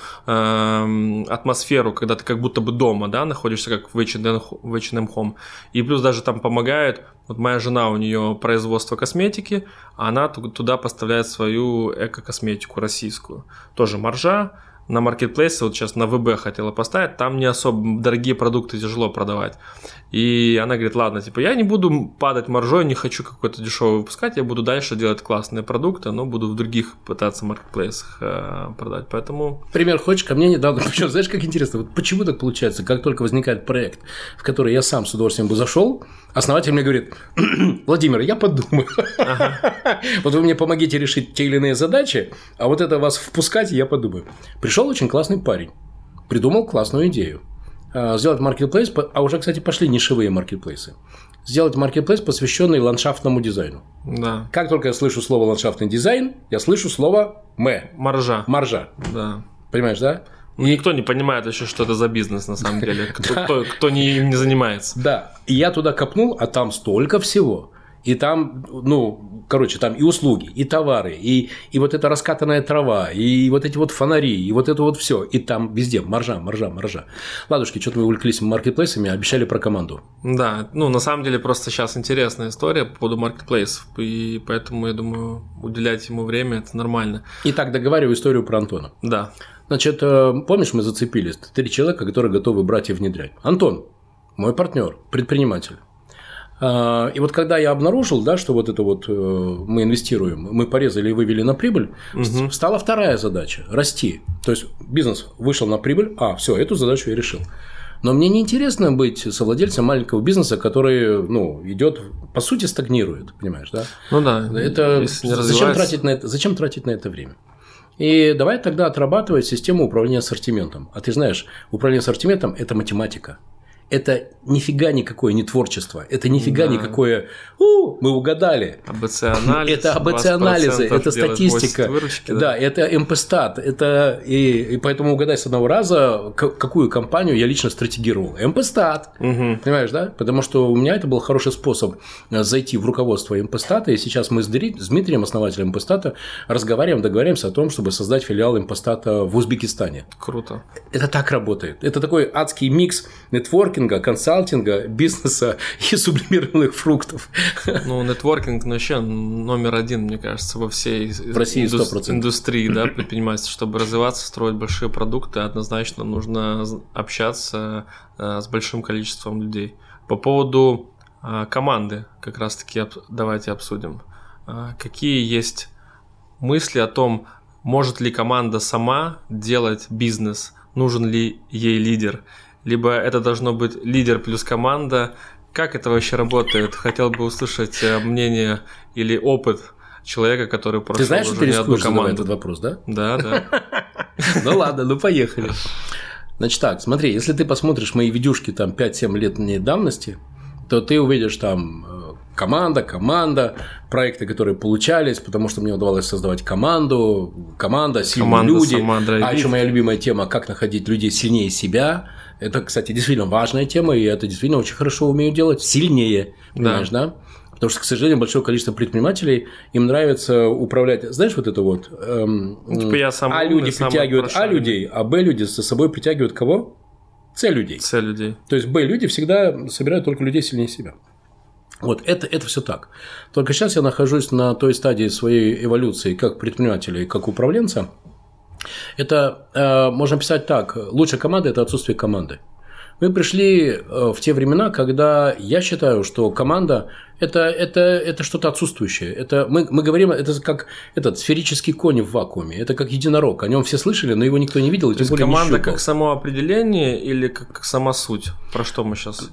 э, атмосферу, когда ты как будто бы дома, да, находишься, как в эйч энд эм Home. И плюс даже там помогают. Вот моя жена, у нее производство косметики, а она туда поставляет свою эко-косметику российскую. Тоже маржа. На маркетплейсе, вот сейчас на ВБ хотела поставить, там не особо дорогие продукты тяжело продавать. И она говорит, ладно, типа, я не буду падать маржой, не хочу какой-то дешевый выпускать, я буду дальше делать классные продукты, но буду в других пытаться маркетплейсах э, продать, поэтому... Пример хочешь? Ко мне недавно, причем, знаешь, как интересно, вот почему так получается, как только возникает проект, в который я сам с удовольствием бы зашел, основатель мне говорит, Владимир, я подумаю. Ага. Вот вы мне помогите решить те или иные задачи, а вот это вас впускать, я подумаю. Пришел очень классный парень, придумал классную идею. Сделать маркетплейс, а уже, кстати, пошли нишевые маркетплейсы. Сделать маркетплейс, посвященный ландшафтному дизайну. Да. Как только я слышу слово ландшафтный дизайн, я слышу слово «мэ». Маржа. Маржа. Да. Понимаешь, да? И... Никто не понимает еще, что это за бизнес на самом деле, кто, кто не, им не занимается. Да. И я туда копнул, а там столько всего. И там, ну, короче, там и услуги, и товары, и, и вот эта раскатанная трава, и вот эти вот фонари, и вот это вот все. И там везде маржа, маржа, маржа. Ладушки, что-то мы увлеклись маркетплейсами, обещали про команду. Да, ну, на самом деле, просто сейчас интересная история по поводу маркетплейсов, и поэтому, я думаю, уделять ему время – это нормально. Итак, договариваю историю про Антона. Да. Значит, помнишь, мы зацепились? Три человека, которые готовы брать и внедрять. Антон, мой партнер, предприниматель. И вот когда я обнаружил, да, что вот это вот мы инвестируем, мы порезали и вывели на прибыль, угу. стала вторая задача – расти. То есть бизнес вышел на прибыль, а, все, эту задачу я решил. Но мне неинтересно быть совладельцем маленького бизнеса, который, ну, идет, по сути, стагнирует, понимаешь, да? Ну да. Это зачем тратить на это, зачем тратить на это время? И давай тогда отрабатывать систему управления ассортиментом. А ты знаешь, управление ассортиментом – это математика. это нифига никакое не творчество, это нифига да. никакое «У, мы угадали». АБЦ-анализ. Это АБЦ-анализы, это статистика. Выручки, да. да, это эм пэ стат. Это, и, и поэтому угадай с одного раза, какую компанию я лично стратегировал. эм пэ стат. Угу. Понимаешь, да? Потому что у меня это был хороший способ зайти в руководство эм пэ стата. И сейчас мы с Дмитрием, основателем эм пэ стата, разговариваем, договариваемся о том, чтобы создать филиал эм пэ стата в Узбекистане. Круто. Это так работает. Это такой адский микс нетворкинга, консалтинга, бизнеса и сублимированных фруктов. Ну, нетворкинг вообще номер один, мне кажется, во всей в России сто процентов. Индустрии, да, предпринимательства. Чтобы развиваться, строить большие продукты, однозначно нужно общаться с большим количеством людей. По поводу команды, как раз-таки давайте обсудим. Какие есть мысли о том, может ли команда сама делать бизнес, нужен ли ей лидер, либо это должно быть лидер плюс команда. Как это вообще работает? Хотел бы услышать мнение или опыт человека, который прошел Ты знаешь, уже что ты не одну рискуешь задавать этот вопрос, да? Да, да. Ну ладно, ну поехали. Значит так, смотри, если ты посмотришь мои видюшки там пять-семь летней давности, то ты увидишь там команда, команда, проекты, которые получались, потому что мне удавалось создавать команду, команда, сильные команда, люди. А еще моя любимая тема – как находить людей сильнее себя. Это, кстати, действительно важная тема, и это действительно очень хорошо умею делать. Сильнее, понимаешь, да? да? Потому что, к сожалению, большое количество предпринимателей, им нравится управлять, знаешь, вот это вот, эм, типа я сам А люди притягивают А людей, а Б люди за собой притягивают кого? С людей. С людей. То есть Б люди всегда собирают только людей сильнее себя. Вот это, это все так. Только сейчас я нахожусь на той стадии своей эволюции как предпринимателя и как управленца. Это э, можно писать так: лучшая команда – это отсутствие команды. Мы пришли в те времена, когда я считаю, что команда – это, это, это что-то отсутствующее. Это, мы, мы говорим, это как этот сферический конь в вакууме, это как единорог. О нем все слышали, но его никто не видел. И тем более команда как самоопределение или как сама суть? Про что мы сейчас?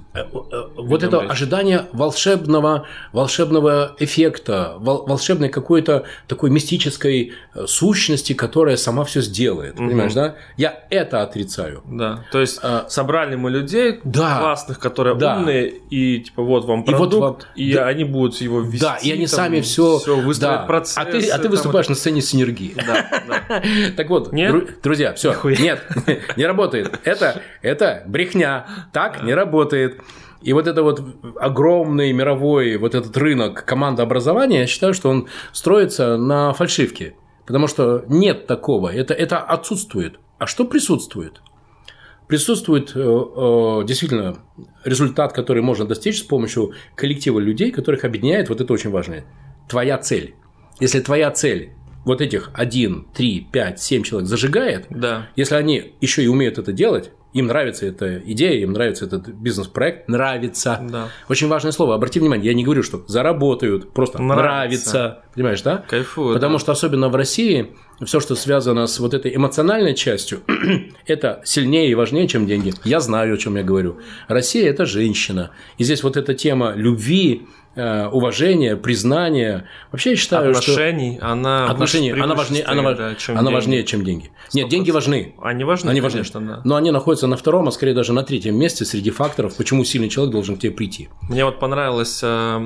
Вот это речь? Ожидание волшебного, волшебного эффекта, волшебной какой-то такой мистической сущности, которая сама все сделает. Угу. Понимаешь, да? Я это отрицаю. Да. То есть а, собрали мы людей да, классных, которые да. умные, и типа вот вам продукт, и, вот вам, и да, они будут его вести. Да, и они там, сами все, все выстроят да. процессы. А ты, а ты выступаешь там, на сцене синергии. Да, да. Так вот, нет? друзья, все, нет, не работает. Это, это брехня. Так не работает. И вот это вот огромный мировой вот этот рынок командообразования, я считаю, что он строится на фальшивке. Потому что нет такого, это, это отсутствует. А что присутствует? Присутствует э, э, действительно результат, который можно достичь с помощью коллектива людей, которых объединяет, вот это очень важно, твоя цель. Если твоя цель вот этих один, три, пять, семь человек зажигает, да. если они еще и умеют это делать, им нравится эта идея, им нравится этот бизнес-проект, нравится. Да. Очень важное слово. Обрати внимание, я не говорю, что заработают, просто нравится. нравится понимаешь, да? Кайфую. Потому да. что особенно в России все, что связано с вот этой эмоциональной частью, это сильнее и важнее, чем деньги. Я знаю, о чем я говорю. Россия – это женщина. И здесь вот эта тема любви, уважения, признания. Вообще я считаю, отношений, что она отношений, она важнее, стоит, она, да, чем она деньги. важнее, чем деньги. сто процентов. Нет, деньги важны. Они важны, они конечно, важны. Да. Но они находятся на втором, а скорее даже на третьем месте среди факторов, почему сильный человек должен к тебе прийти. Мне вот понравилось,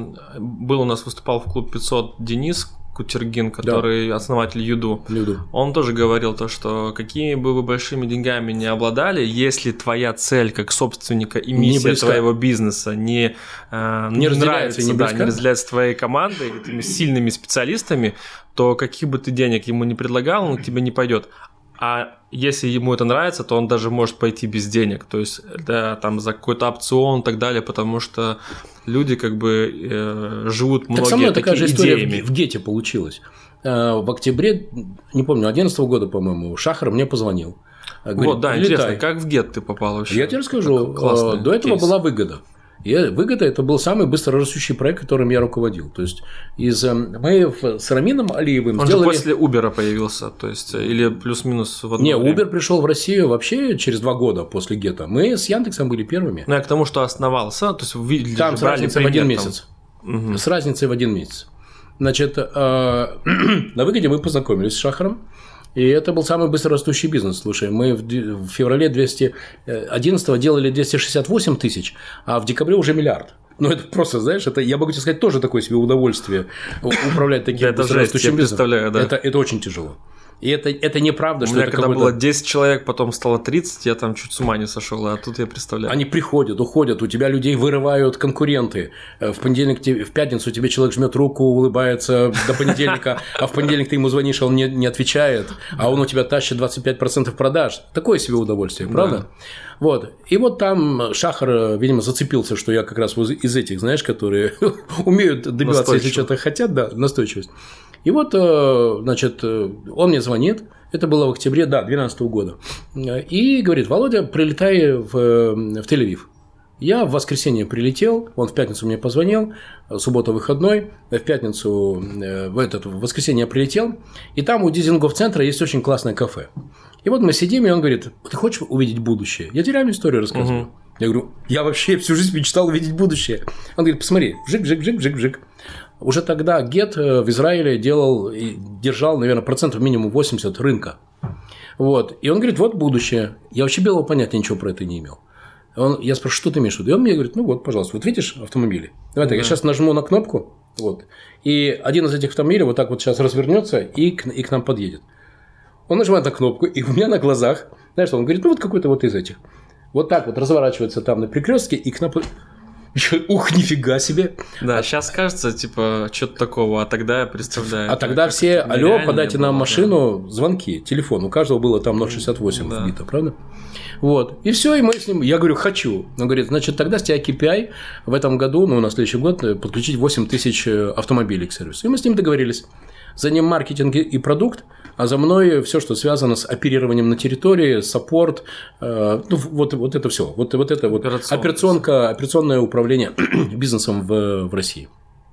был у нас выступал в клуб пятьсот Денис Кутергин, который да. основатель Юду. Юду. Он тоже говорил то, что какими бы вы большими деньгами не обладали, если твоя цель как собственника и миссия твоего бизнеса не, э, не, не нравится, не, да, не разделяется с твоей командой, этими сильными специалистами, то каких бы ты денег ему не предлагал, он к тебе не пойдет. А если ему это нравится, то он даже может пойти без денег, то есть да, там за какой-то опцион и так далее, потому что люди как бы э, живут многие так со мной такими такая же идеями. История в Гете получилась. В октябре, не помню, две тысячи одиннадцатого года, по-моему, Шахар мне позвонил. Говорит, вот, да, интересно, как в Гет ты попал вообще? Я тебе расскажу. До этого кейс. Была выгода. И выгода – это был самый быстро растущий проект, которым я руководил. То есть, из, мы с Рамином Алиевым Он сделали… же после Uber появился, то есть, или плюс-минус в одно Не, время? Uber пришел в Россию вообще через два года после Гета. Мы с Яндексом были первыми. Ну, я к тому, что основался, то есть, вы там с разницей в один месяц. Угу. С разницей в один месяц. Значит, на выгоде мы познакомились с Шахаром. И это был самый быстрорастущий бизнес. Слушай, мы в феврале двести одиннадцатого делали двести шестьдесят восемь тысяч, а в декабре уже миллиард. Ну, это просто, знаешь, это, я могу тебе сказать, тоже такое себе удовольствие управлять таким быстрорастущим бизнесом. Это, это очень тяжело. И это, это неправда, что у меня это когда какой-то... было десять человек, потом стало тридцать, я там чуть с ума не сошел, а тут я представляю. Они приходят, уходят, у тебя людей вырывают конкуренты. В понедельник, в пятницу тебе человек жмет руку, улыбается до понедельника, а в понедельник ты ему звонишь, а он не, не отвечает, а он у тебя тащит двадцать пять процентов продаж. Такое себе удовольствие, правда? Да. Вот. И вот там Шахар, видимо, зацепился, что я как раз из этих, знаешь, которые умеют добиваться, если что-то хотят, да, настойчивость. И вот, значит, он мне звонит, это было в октябре, да, две тысячи двенадцатого года, и говорит: Володя, прилетай в, в Тель-Авив. Я в воскресенье прилетел, он в пятницу мне позвонил, суббота выходной, в пятницу, в, этот, в воскресенье я прилетел, и там у Дизингофф-центра есть очень классное кафе. И вот мы сидим, и он говорит: ты хочешь увидеть будущее? Я тебе реальную историю рассказываю. Угу. Я говорю: я вообще всю жизнь мечтал увидеть будущее. Он говорит: посмотри, вжик-вжик-вжик-вжик-вжик. Уже тогда Get в Израиле делал и держал, наверное, процентов минимум восемьдесят рынка. Вот. И он говорит: вот будущее. Я вообще белого понятия ничего про это не имел. Он, я спрашиваю: что ты имеешь в виду? И он мне говорит: ну вот, пожалуйста, вот видишь автомобили? Давай так, да. Я сейчас нажму на кнопку, вот, и один из этих автомобилей вот так вот сейчас развернется и к, и к нам подъедет. Он нажимает на кнопку, и у меня на глазах, знаешь, он говорит: ну вот какой-то вот из этих. Вот так вот разворачивается там на перекрестке, и к нам... Ух, нифига себе. Да, сейчас кажется, типа, что-то такого, а тогда я представляю. А тогда все: алло, подайте нам машину, да. Звонки, телефон. У каждого было там ноль шестьдесят восемь да. вбито, правда? Вот. И все, и мы с ним. Я говорю: хочу. Он говорит: значит, тогда с тебя кей пи ай в этом году, ну, на следующий год, подключить восемь тысяч автомобилей к сервису. И мы с ним договорились. За ним маркетинг и продукт, а за мной все, что связано с оперированием на территории, саппорт, э, ну, вот, вот это все. Вот, вот это вот операционка, операционное управление бизнесом в, в России.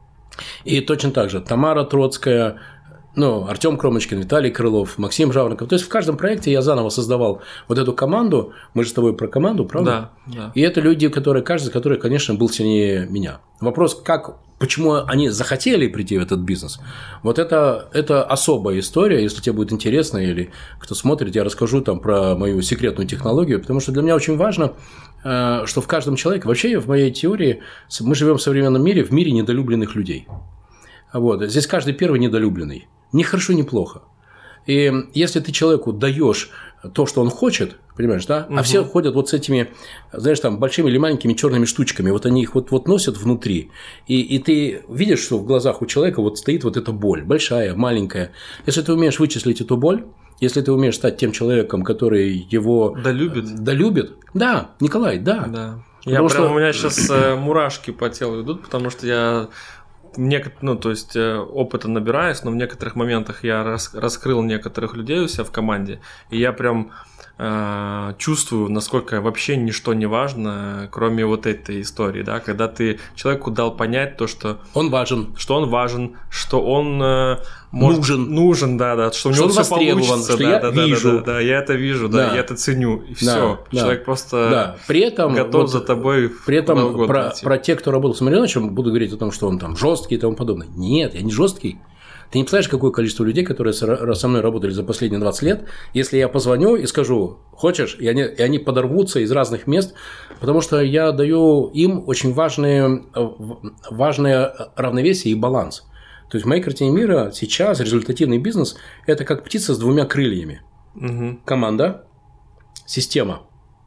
И точно так же Тамара Троцкая, ну, Артем Кромочкин, Виталий Крылов, Максим Жаворонков. То есть в каждом проекте я заново создавал вот эту команду. Мы же с тобой про команду, правда? Да, да. И это люди, которые, каждый из которых, конечно, был сильнее меня. Вопрос, как, почему они захотели прийти в этот бизнес, вот это, это особая история. Если тебе будет интересно или кто смотрит, я расскажу там про мою секретную технологию, потому что для меня очень важно, что в каждом человеке, вообще в моей теории, мы живем в современном мире, в мире недолюбленных людей. Вот. Здесь каждый первый недолюбленный. Ни хорошо, ни плохо. И если ты человеку даешь то, что он хочет, понимаешь, да? Угу. А все ходят вот с этими, знаешь, там, большими или маленькими черными штучками. Вот они их вот, вот носят внутри. И, и ты видишь, что в глазах у человека вот стоит вот эта боль. Большая, маленькая. Если ты умеешь вычислить эту боль, если ты умеешь стать тем человеком, который его… Долюбит. Долюбит. Да, Николай, да. Да. Я прям, что... У меня сейчас мурашки по телу идут, потому что я… Некотор... Ну, то есть опыта набираюсь, но в некоторых моментах я рас... раскрыл некоторых людей у себя в команде, и я прям э, чувствую, насколько вообще ничто не важно, кроме вот этой истории, да, когда ты человеку дал понять то, что он важен, что он важен, что он э, может... нужен, нужен, да, да, что у него что все получится, что да, я да, вижу, да, да, да, я это вижу, да, да. я это ценю, и да, все, да. человек просто да. При этом, готов вот, за тобой. При этом про, про тех, кто работал с Марьяновичем, буду говорить о том, что он там жесткий и тому подобное. Нет, я не жесткий. Ты не представляешь, какое количество людей, которые со мной работали за последние двадцать лет, если я позвоню и скажу: хочешь, и они, и они подорвутся из разных мест, потому что я даю им очень важные, важное равновесие и баланс. То есть в моей картине мира сейчас результативный бизнес – это как птица с двумя крыльями. Угу. Команда, система.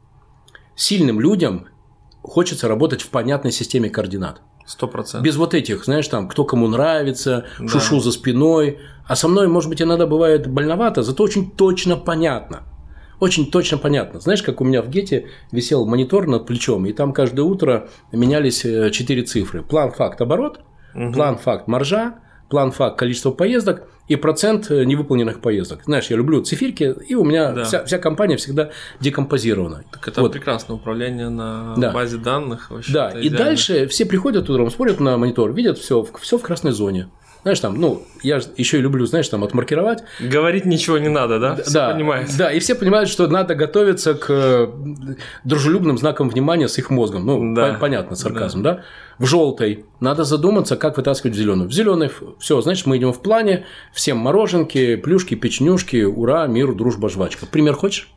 Сильным людям хочется работать в понятной системе координат. Сто процентов. Без вот этих, знаешь, там, кто кому нравится, да. шушу за спиной. А со мной, может быть, иногда бывает больновато, зато очень точно понятно. Очень точно понятно. Знаешь, как у меня в Гете висел монитор над плечом, и там каждое утро менялись четыре цифры. План, факт, оборот, угу. План, факт, маржа, план, факт, количество поездок и процент невыполненных поездок. Знаешь, я люблю циферки, и у меня да. вся, вся компания всегда декомпозирована. Так это вот. Прекрасное управление на да. базе данных. Вообще да, и дальше все приходят утром, смотрят на монитор, видят все, все в красной зоне. знаешь, там, ну, я еще и люблю, знаешь, там, отмаркировать. Говорить ничего не надо, да? Все да, понимают. Да, и все понимают, что надо готовиться к дружелюбным знакам внимания с их мозгом. Ну, да. по- понятно, сарказм, да. да? В желтой надо задуматься, как вытаскивать в зеленую. В зеленой все, значит, мы идем в плане, всем мороженки, плюшки, печенюшки, ура, мир, дружба, жвачка. Пример хочешь?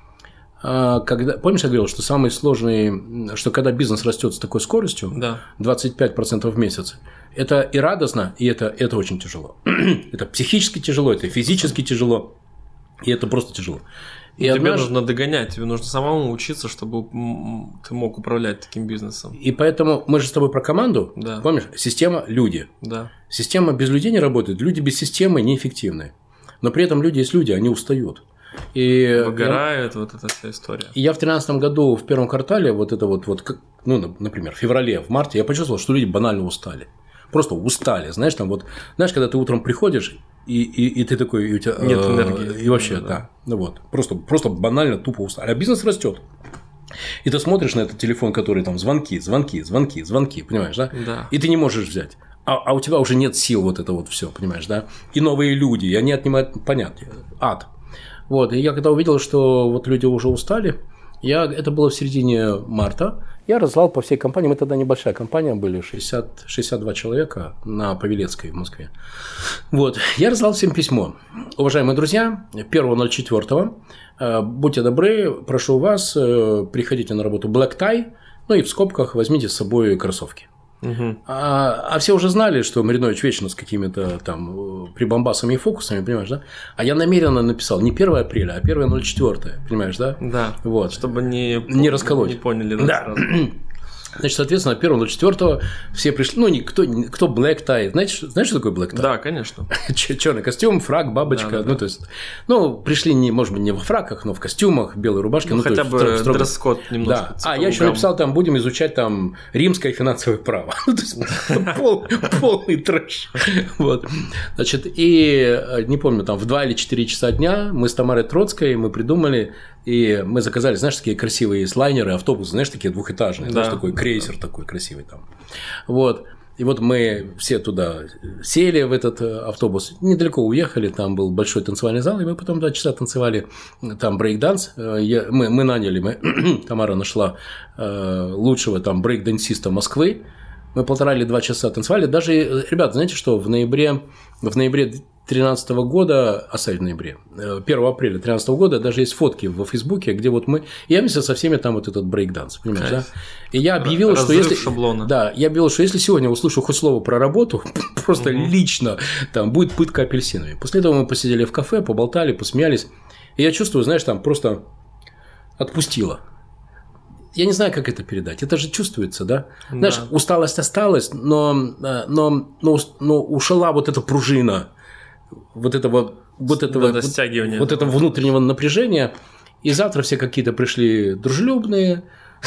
Когда, помнишь, я говорил, что самый сложный, что когда бизнес растет с такой скоростью, да. двадцать пять процентов в месяц, это и радостно, и это, это очень тяжело. Это психически тяжело, это физически тяжело, и это просто тяжело. И тебе однажды... нужно догонять, тебе нужно самому учиться, чтобы ты мог управлять таким бизнесом. И поэтому мы же с тобой про команду, да. помнишь, система – люди. Да. Система без людей не работает, люди без системы неэффективны. Но при этом люди есть люди, они устают. И выгорает я, вот эта вся история. И я в две тысячи тринадцатом году в первом квартале, вот это вот, вот, ну, например, в феврале, в марте, я почувствовал, что люди банально устали. Просто устали. Знаешь, там вот, знаешь, когда ты утром приходишь, и, и, и ты такой, и у тебя нет энергии. И вообще, да. да. Ну вот. Просто, просто банально тупо устали. А бизнес растет. И ты смотришь на этот телефон, который там звонки, звонки, звонки, звонки, понимаешь, да? Да. И ты не можешь взять. А, а у тебя уже нет сил вот это вот все, понимаешь, да? И новые люди, и они отнимают, понятно, ад. Вот, и я когда увидел, что вот люди уже устали, я, это было в середине марта, я разслал по всей компании, мы тогда небольшая компания были, шестьдесят, шестьдесят два человека на Павелецкой в Москве. Вот, я разслал всем письмо. Уважаемые друзья, первого ноль четвёртого, будьте добры, прошу вас, приходите на работу Black Tie, ну и в скобках возьмите с собой кроссовки. Угу. А, а все уже знали, что Маринович вечно с какими-то там прибамбасами и фокусами, понимаешь, да? А я намеренно написал не первого апреля, а первое ноль четвёртое, понимаешь, да? Да. Вот. Чтобы не, не расколоть. Не поняли, да, да. сразу. Значит, соответственно, первого ноль четвёртого все пришли. Ну, никто, кто black tie. Знаешь, знаешь, что такое black tie? Да, конечно. Черный костюм, фрак, бабочка. Да, да, ну, да. то есть, ну, пришли, не, может быть, не во фраках, но в костюмах, белой рубашке. Ну, ну хотя то бы есть, строго... дресс-код немножко. Да. А, я еще написал, там, будем изучать там римское финансовое право. То есть, полный трэш. Вот. Значит, и не помню, там, в два или четыре часа дня мы с Тамарой Троцкой, мы придумали, и мы заказали, знаешь, такие красивые слайнеры, автобусы, знаешь, такие двухэтажные, знаешь, такой крейсер такой красивый там. Вот. И вот мы все туда сели в этот автобус, недалеко уехали, там был большой танцевальный зал, и мы потом два часа танцевали там брейк-данс. Я, мы, мы наняли, мы, Тамара нашла лучшего там брейк-дансиста Москвы. Мы полтора или два часа танцевали. Даже, ребята, знаете что, в ноябре, в ноябре две тысячи тринадцатого года, а в ноябре, первого апреля две тысячи тринадцатого года даже есть фотки во Фейсбуке, где вот мы, я вместе со всеми там вот этот брейк-данс, понимаешь, да? И я объявил, Разрыв что если… шаблона. Да, я объявил, что если сегодня услышу хоть слово про работу, просто угу. лично, там будет пытка апельсинами. После этого мы посидели в кафе, поболтали, посмеялись, и я чувствую, знаешь, там просто отпустило. Я не знаю, как это передать. Это же чувствуется, да? Да. Знаешь, усталость осталась, но, но, но, но ушла вот эта пружина вот этого, вот этого, вот, вот этого внутреннего напряжения. И завтра все какие-то пришли дружелюбные,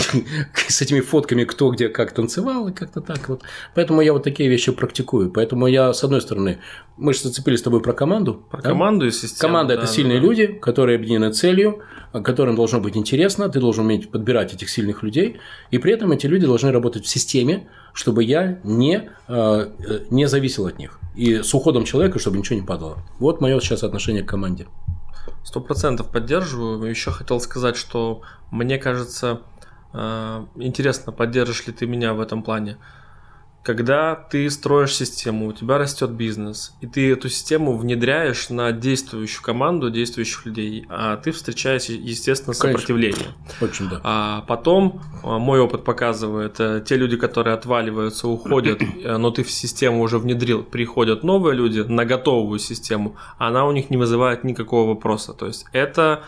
с этими фотками, кто где как танцевал, и как-то так вот. Поэтому я вот такие вещи практикую. Поэтому я, с одной стороны, мы же зацепились с тобой про команду. Про да? команду и систему. Команда да, – это сильные да. люди, которые объединены целью, которым должно быть интересно, ты должен уметь подбирать этих сильных людей, и при этом эти люди должны работать в системе, чтобы я не, не зависел от них. И с уходом человека, чтобы ничего не падало. Вот мое сейчас отношение к команде. Сто процентов поддерживаю. Еще хотел сказать, что мне кажется… Интересно, поддержишь ли ты меня в этом плане. Когда ты строишь систему, у тебя растет бизнес, и ты эту систему внедряешь на действующую команду, действующих людей, а ты встречаешь, естественно, сопротивление. Очень, да. А потом, мой опыт показывает, те люди, которые отваливаются, уходят, но ты в систему уже внедрил, приходят новые люди на готовую систему, она у них не вызывает никакого вопроса. То есть это…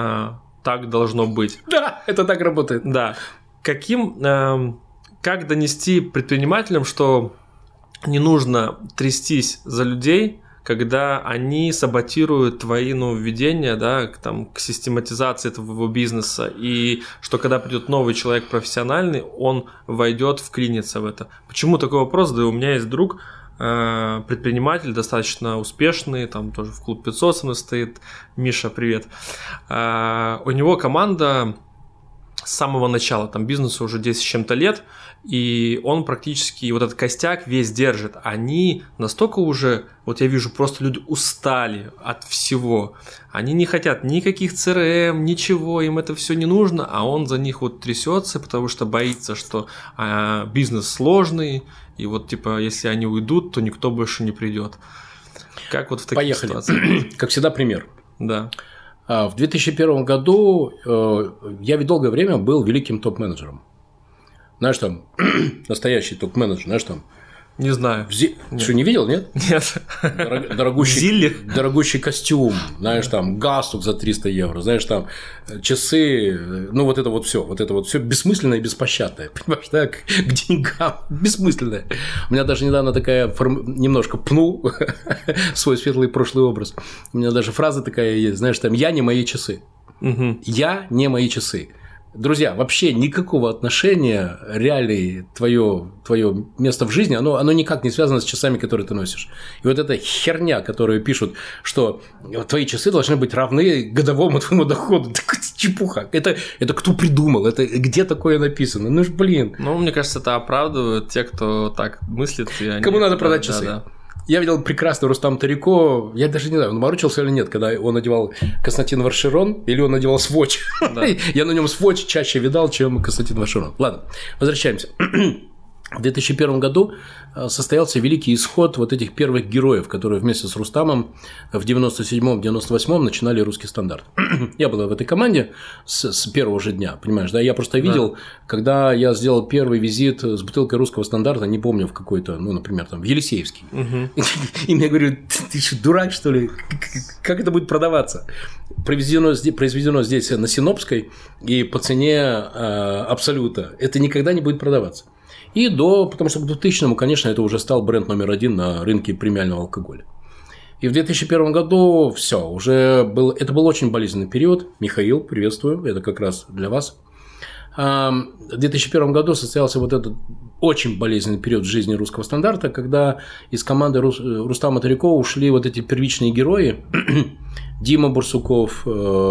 так должно быть. Да, это так работает. Да. Каким, э, как донести предпринимателям, что не нужно трястись за людей, когда они саботируют твои нововведения, да, к, там, к систематизации твоего бизнеса, и что когда придет новый человек профессиональный, он войдет, вклинится в это. Почему такой вопрос? Да, у меня есть друг, предприниматель, достаточно успешный, там тоже в клуб пятьсот со мной стоит, Миша, привет. У него команда с самого начала, там бизнесу уже десять с чем-то лет, и он практически вот этот костяк весь держит. Они настолько уже, вот я вижу, просто люди устали от всего. Они не хотят никаких си эр эм, ничего, им это все не нужно, а он за них вот трясется, потому что боится, что а, бизнес сложный, и вот типа если они уйдут, то никто больше не придет. Как вот в таких Поехали. ситуациях? Как всегда, пример. Да. В две тысячи первом году я ведь долгое время был великим топ-менеджером. Знаешь, там, настоящий топ-менеджер, знаешь, там. Не знаю. Зи... Что, не видел, нет? Нет. Дорог... Дорогущий... Дорогущий костюм, знаешь, там, галстук за триста евро, знаешь, там, часы, ну, вот это вот все, вот это вот все бессмысленное и беспощадное, понимаешь, да, к деньгам, бессмысленное. У меня даже недавно такая, форм... немножко пнул свой светлый прошлый образ, у меня даже фраза такая есть, знаешь, там, я не мои часы, угу. я не мои часы. Друзья, вообще никакого отношения реалии твое, твое место в жизни, оно, оно никак не связано с часами, которые ты носишь. И вот эта херня, которую пишут, что твои часы должны быть равны годовому твоему доходу, так чепуха. Это, это кто придумал? Это где такое написано? Ну ж, блин. Ну, мне кажется, это оправдывают те, кто так мыслит. И они... Кому надо продать да, часы? Да, да. Я видел прекрасный Рустам Тарико, я даже не знаю, он морочился или нет, когда он надевал Константин Варшерон, или он надевал свотч. Да. Я на нем свотч чаще видал, чем Константин Варшерон. Ладно, возвращаемся. В две тысячи первом году состоялся великий исход вот этих первых героев, которые вместе с Рустамом в девяносто седьмом — девяносто восьмом начинали «Русский стандарт». Я был в этой команде с, с первого же дня, понимаешь, да? Я просто видел, да. Когда я сделал первый визит с бутылкой «Русского стандарта», не помню, в какой-то, ну, например, там, в Елисеевский. Угу. И мне говорят, ты, ты что, дурак, что ли? Как это будет продаваться? Произведено, произведено здесь на Синопской и по цене э, Абсолюта. Это никогда не будет продаваться. И до, потому что к двухтысячному, конечно, это уже стал бренд номер один на рынке премиального алкоголя. И в две тысячи первом году все, уже был, это был очень болезненный период. Михаил, приветствую, это как раз для вас. В две тысячи первом году состоялся вот этот очень болезненный период в жизни «Русского стандарта», когда из команды Рустама Тарикова ушли вот эти первичные герои. Дима Бурсуков,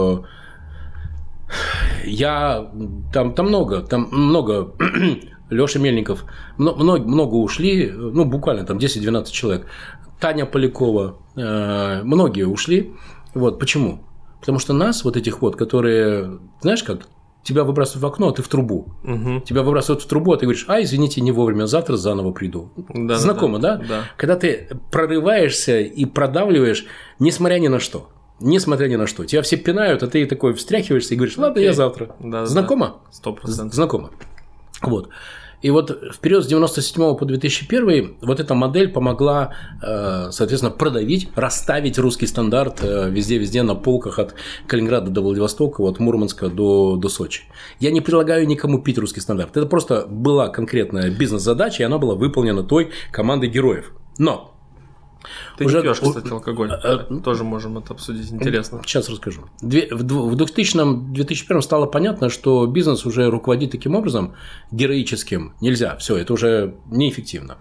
я, там, там много, там много... Лёша Мельников, много, много ушли, ну, буквально там десять-двенадцать человек. Таня Полякова, э, многие ушли. Вот, почему? Потому что нас, вот этих вот, которые, знаешь как, тебя выбрасывают в окно, а ты в трубу. Угу. Тебя выбрасывают в трубу, а ты говоришь, а, извините, не вовремя, завтра заново приду. Да, знакомо, да, да? Да. Когда ты прорываешься и продавливаешь, несмотря ни на что. Несмотря ни на что. Тебя все пинают, а ты такой встряхиваешься и говоришь, ладно, окей. Я завтра. Да, знакомо? Сто процентов. Знакомо. Вот. И вот в период с девяносто седьмого по две тысячи первый вот эта модель помогла, соответственно, продавить, расставить «Русский стандарт» везде-везде на полках от Калининграда до Владивостока, от Мурманска до, до Сочи. Я не предлагаю никому пить «Русский стандарт». Это просто была конкретная бизнес-задача, и она была выполнена той командой героев. Но ты уже... не пьешь, кстати, алкоголь. А, тоже можем это обсудить, интересно. Сейчас расскажу. В двухтысячном — две тысячи первом стало понятно, что бизнес уже руководить таким образом героическим нельзя. Все, это уже неэффективно.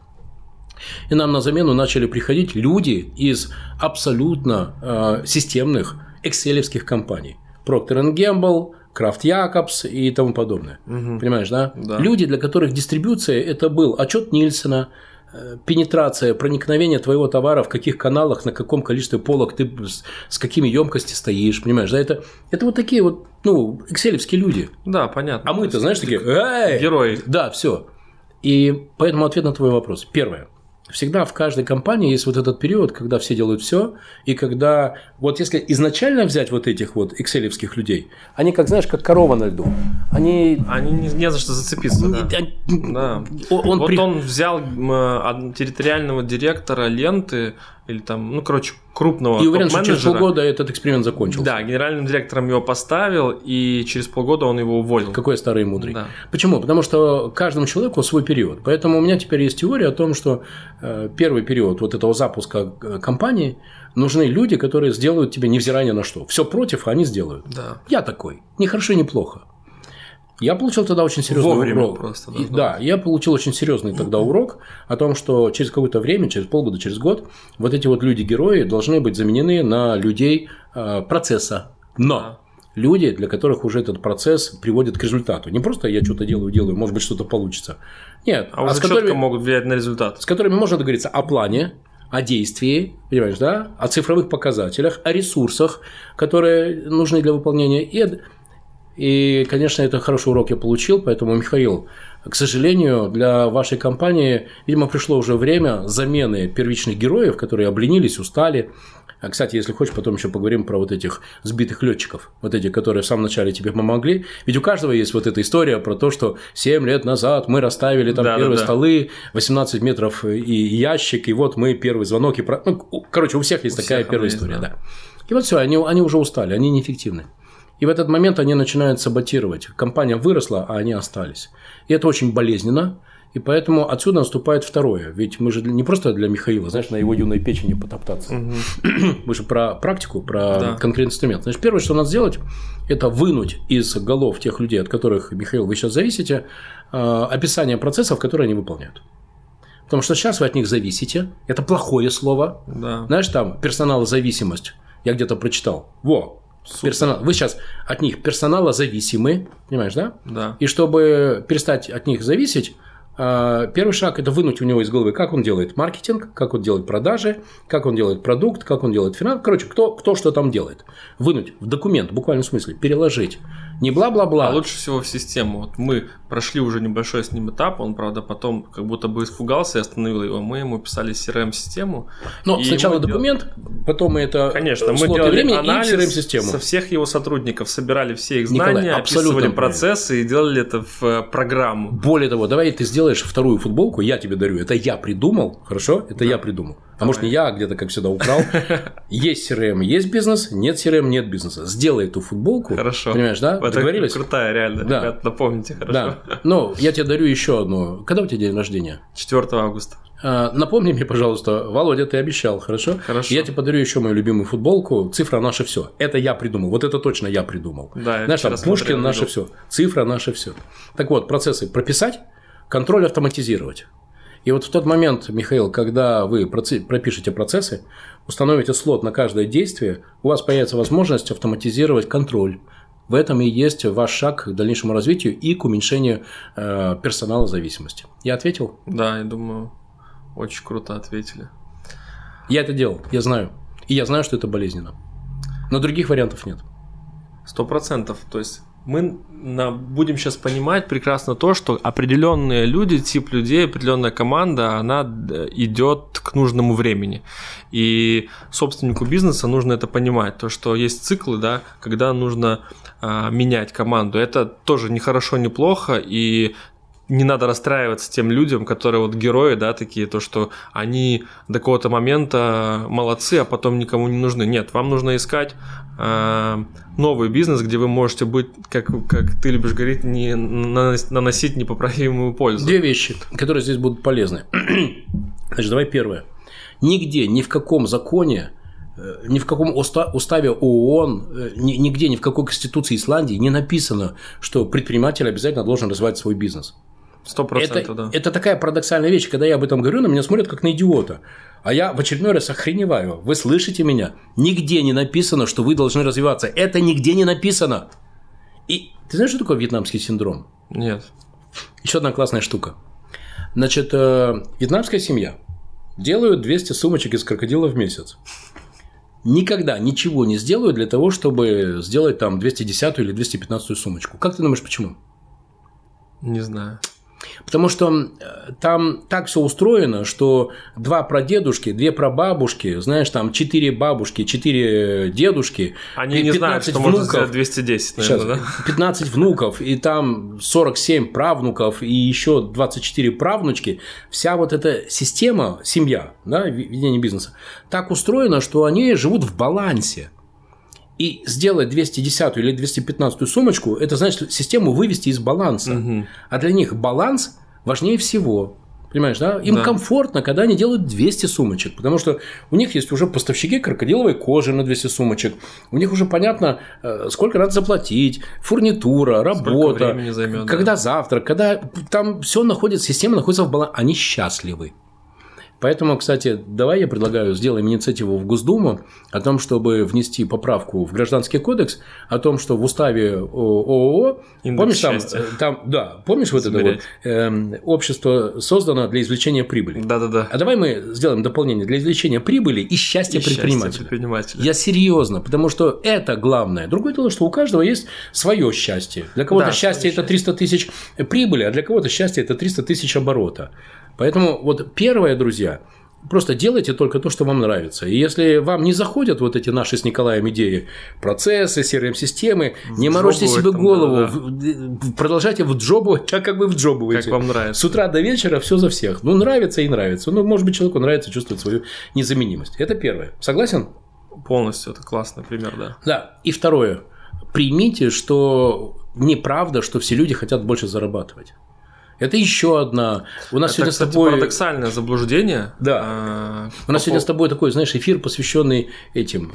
И нам на замену начали приходить люди из абсолютно э, системных экселевских компаний. Procter энд Gamble, Kraft Jacobs и тому подобное. Угу. Понимаешь, да? Да? Люди, для которых дистрибьюция – это был отчет Нильсона, пенетрация, проникновение твоего товара, в каких каналах, на каком количестве полок ты с какими емкости стоишь, понимаешь, да, это, это вот такие вот, ну, экселевские люди. Да, понятно. А мы-то, знаешь, такие, эй! Герои. Да, все. И поэтому ответ на твой вопрос. Первое. Всегда в каждой компании есть вот этот период, когда все делают все, и когда вот если изначально взять вот этих вот экселевских людей, они как, знаешь, как корова на льду. Они, они не, не за что зацепиться. Да. Да. Он, вот при... он взял территориального директора ленты, или там, ну, короче, крупного и уверен, что через полгода этот эксперимент закончился. Да, генеральным директором его поставил, и через полгода он его уволил. Какой старый и мудрый. Да. Почему? Потому что каждому человеку свой период. Поэтому у меня теперь есть теория о том, что первый период вот этого запуска компании нужны люди, которые сделают тебе невзирая ни на что. Все против, а они сделают. Да. Я такой. Ни хорошо, ни плохо. Я получил тогда очень серьезный Вовремя урок. Просто, да, да, я получил очень серьезный тогда урок о том, что через какое-то время, через полгода, через год, вот эти вот люди-герои должны быть заменены на людей э, процесса. Но люди, для которых уже этот процесс приводит к результату. Не просто я что-то делаю, делаю, может быть, что-то получится. Нет. А, а уже с которыми могут влиять на результат. С которыми можно договориться о плане, о действии, понимаешь, да, о цифровых показателях, о ресурсах, которые нужны для выполнения. И, и, конечно, это хороший урок я получил, поэтому, Михаил, к сожалению, для вашей компании, видимо, пришло уже время замены первичных героев, которые обленились, устали. Кстати, если хочешь, потом еще поговорим про вот этих сбитых летчиков, вот эти, которые в самом начале тебе помогли. Ведь у каждого есть вот эта история про то, что семь лет назад мы расставили там да, первые да, столы, восемнадцать метров и ящик, и вот мы первый звонок. И про... ну, короче, у всех есть у такая всех первая история. Да. Да. И вот все, они, они уже устали, они неэффективны. И в этот момент они начинают саботировать. Компания выросла, а они остались. И это очень болезненно. И поэтому отсюда наступает второе. Ведь мы же не просто для Михаила, знаешь, на его юной печени потоптаться. Угу. Мы же про практику, про да. конкретный инструмент. Значит, первое, что надо сделать, это вынуть из голов тех людей, от которых, Михаил, вы сейчас зависите, описание процессов, которые они выполняют. Потому что сейчас вы от них зависите. Это плохое слово. Да. Знаешь, там персоналозависимость. Я где-то прочитал. Во! Персонал. Вы сейчас от них персоналозависимы. Понимаешь, да? Да. И чтобы перестать от них зависеть, первый шаг – это вынуть у него из головы, как он делает маркетинг, как он делает продажи, как он делает продукт, как он делает финансы. Короче, кто, кто что там делает. Вынуть в документ, в буквальном смысле, переложить. Не бла-бла-бла. А лучше всего в систему. Вот мы прошли уже небольшой с ним этап, он, правда, потом как будто бы испугался и остановил его. Мы ему писали си эр эм-систему. Но сначала документ, дел... потом мы это Конечно, мы делали анализ и си эр эм-систему. Со всех его сотрудников, собирали все их знания, Николай, описывали процессы и делали это в программу. Более того, давай ты сделаешь вторую футболку, я тебе дарю. Это я придумал, хорошо? Это да. я придумал. А Давай. Может, не я, а где-то, как всегда, украл. Есть си эр эм, есть бизнес, нет си эр эм, нет бизнеса. Сделай эту футболку. Хорошо. Понимаешь, да? Это договорились? Крутая, реально. Да. Ребят, напомните, хорошо. Да. Ну, я тебе дарю еще одну. Когда у тебя день рождения? четвёртого августа. А, напомни мне, пожалуйста, Володя, ты обещал, хорошо? Хорошо. Я тебе подарю еще мою любимую футболку. Цифра наше все. Это я придумал. Вот это точно я придумал. Да, знаешь, там Пушкин наше все. Цифра наше все. Так вот, процессы прописать, контроль автоматизировать. И вот в тот момент, Михаил, когда вы пропишете процессы, установите слот на каждое действие, у вас появится возможность автоматизировать контроль. В этом и есть ваш шаг к дальнейшему развитию и к уменьшению э, персонала зависимости. Я ответил? Да, я думаю, очень круто ответили. Я это делал, я знаю. И я знаю, что это болезненно. Но других вариантов нет. Сто процентов. То есть мы будем сейчас понимать прекрасно то, что определенные люди, тип людей, определенная команда, она идет к нужному времени. И собственнику бизнеса нужно это понимать, то, что есть циклы, да, когда нужно а, менять команду. Это тоже не хорошо, не плохо, и не надо расстраиваться тем людям, которые вот герои, да, такие, то, что они до какого-то момента молодцы, а потом никому не нужны. Нет, вам нужно искать э, новый бизнес, где вы можете быть, как, как ты любишь говорить, не наносить непоправимую пользу. Две вещи, которые здесь будут полезны. Значит, давай первое. Нигде, ни в каком законе, ни в каком уставе ООН, нигде, ни в какой конституции Исландии не написано, что предприниматель обязательно должен развивать свой бизнес. Сто процентов, да. Это такая парадоксальная вещь, когда я об этом говорю, на меня смотрят как на идиота. А я в очередной раз охреневаю. Вы слышите меня? Нигде не написано, что вы должны развиваться. Это нигде не написано. И ты знаешь, что такое вьетнамский синдром? Нет. Еще одна классная штука. Значит, вьетнамская семья делают двести сумочек из крокодила в месяц. Никогда ничего не сделаю для того, чтобы сделать там двести десятую или двести пятнадцатую сумочку. Как ты думаешь, почему? Не знаю. Потому что там так все устроено, что два прадедушки, две прабабушки, знаешь, там четыре бабушки, четыре дедушки, они не знают, что внуков, можно сделать двести десять, наверное, сейчас, да? пятнадцать внуков, и там сорок семь правнуков, и еще двадцать четыре правнучки. Вся вот эта система, семья, да, ведение бизнеса, так устроена, что они живут в балансе. И сделать двести десятую или двести пятнадцатую сумочку, это значит систему вывести из баланса. Угу. А для них баланс важнее всего. Понимаешь, да? Им да. комфортно, когда они делают двести сумочек, потому что у них есть уже поставщики крокодиловой кожи на двести сумочек. У них уже понятно, сколько надо заплатить, фурнитура, работа, займет, когда да. завтрак, когда там все находится, система находится в балансе. Они счастливы. Поэтому, кстати, давай я предлагаю, сделаем инициативу в Госдуму о том, чтобы внести поправку в Гражданский кодекс о том, что в уставе ООО, индекс помнишь там, там, да, помнишь вот Измерять. это вот э, общество создано для извлечения прибыли. Да-да-да. А давай мы сделаем дополнение для извлечения прибыли и счастья и предпринимателя. Счастье предпринимателя. Я серьезно, потому что это главное. Другое дело, что у каждого есть свое счастье. Для кого-то да, счастье это триста тысяч прибыли, а для кого-то счастье это триста тысяч оборота. Поэтому вот первое, друзья, просто делайте только то, что вам нравится. И если вам не заходят вот эти наши с Николаем идеи, процессы, си эр эм-системы, не морочьте себе там, голову, да, да. продолжайте в джобу, так как вы в джобуете. Как вам нравится. С утра до вечера все за всех. Ну, нравится и нравится. Ну, может быть, человеку нравится чувствовать свою незаменимость. Это первое. Согласен? Полностью. Это классный пример, да. Да. И второе. Примите, что неправда, что все люди хотят больше зарабатывать. Это еще одна. У нас это, сегодня кстати, с тобой парадоксальное заблуждение. Да. А, У нас сегодня с тобой такой, знаешь, эфир, посвященный этим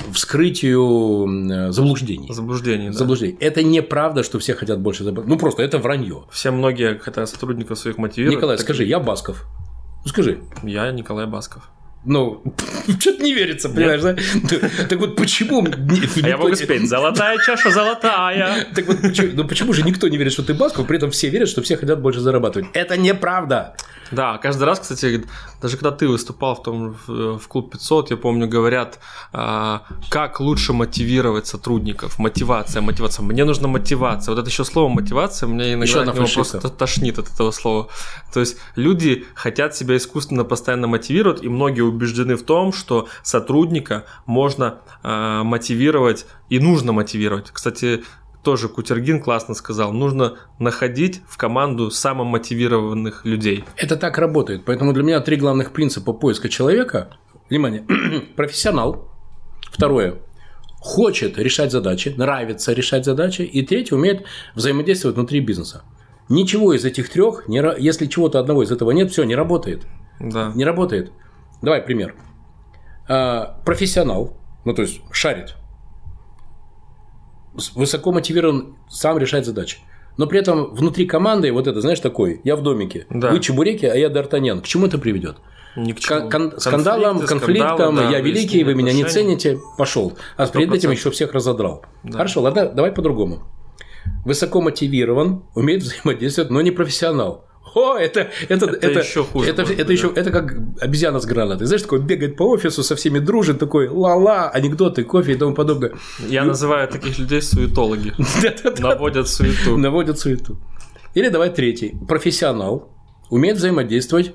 вскрытию заблуждений. Заблуждений, да. Заблуждений. Это неправда, что все хотят больше зарабатывать. Ну просто это вранье. Все многие хотят сотрудников своих мотивировать. Николай, так... скажи, я Басков. Ну скажи. Я Николай Басков. Ну, что-то не верится, понимаешь, да? Так вот почему... А я могу спеть «Золотая чаша, золотая». Так вот ну почему же никто не верит, что ты Басков, при этом все верят, что все хотят больше зарабатывать? Это неправда. Да, каждый раз, кстати, даже когда ты выступал в том в клуб пятьсот, я помню, говорят, как лучше мотивировать сотрудников. Мотивация, мотивация. Мне нужна мотивация. Вот это еще слово мотивация, меня иногда от него просто тошнит от этого слова. То есть люди хотят себя искусственно постоянно мотивировать, и многие убеждены в том, что сотрудника можно мотивировать и нужно мотивировать. Кстати, тоже Кутергин классно сказал, нужно находить в команду самомотивированных людей. Это так работает. Поэтому для меня три главных принципа поиска человека. Внимание. Профессионал. Второе. Хочет решать задачи, нравится решать задачи. И третье. Умеет взаимодействовать внутри бизнеса. Ничего из этих трех, если чего-то одного из этого нет, все, не работает. Да. Не работает. Давай пример. Профессионал, ну то есть шарит. Высоко мотивирован, сам решать задачи. Но при этом внутри команды вот это, знаешь, такой, я в домике, да. Вы чебуреки, а я Д'Артаньян. К чему это приведет? Ни к чему. Кон- скандалам, конфликтам, скандалы, да, я великий, вы меня не цените, пошел. А сто процентов. Перед этим еще всех разодрал. Да. Хорошо, ладно, давай по-другому. Высоко мотивирован, умеет взаимодействовать, но не профессионал. О, это, это, это, это еще хуже. Это, будет, это, да. еще, это как обезьяна с гранатой. Знаешь, такой бегает по офису, со всеми дружит, такой ла-ла, анекдоты, кофе и тому подобное. Я называю таких людей суетологи. Наводят суету. Наводят суету. Или давай третий. Профессионал, умеет взаимодействовать,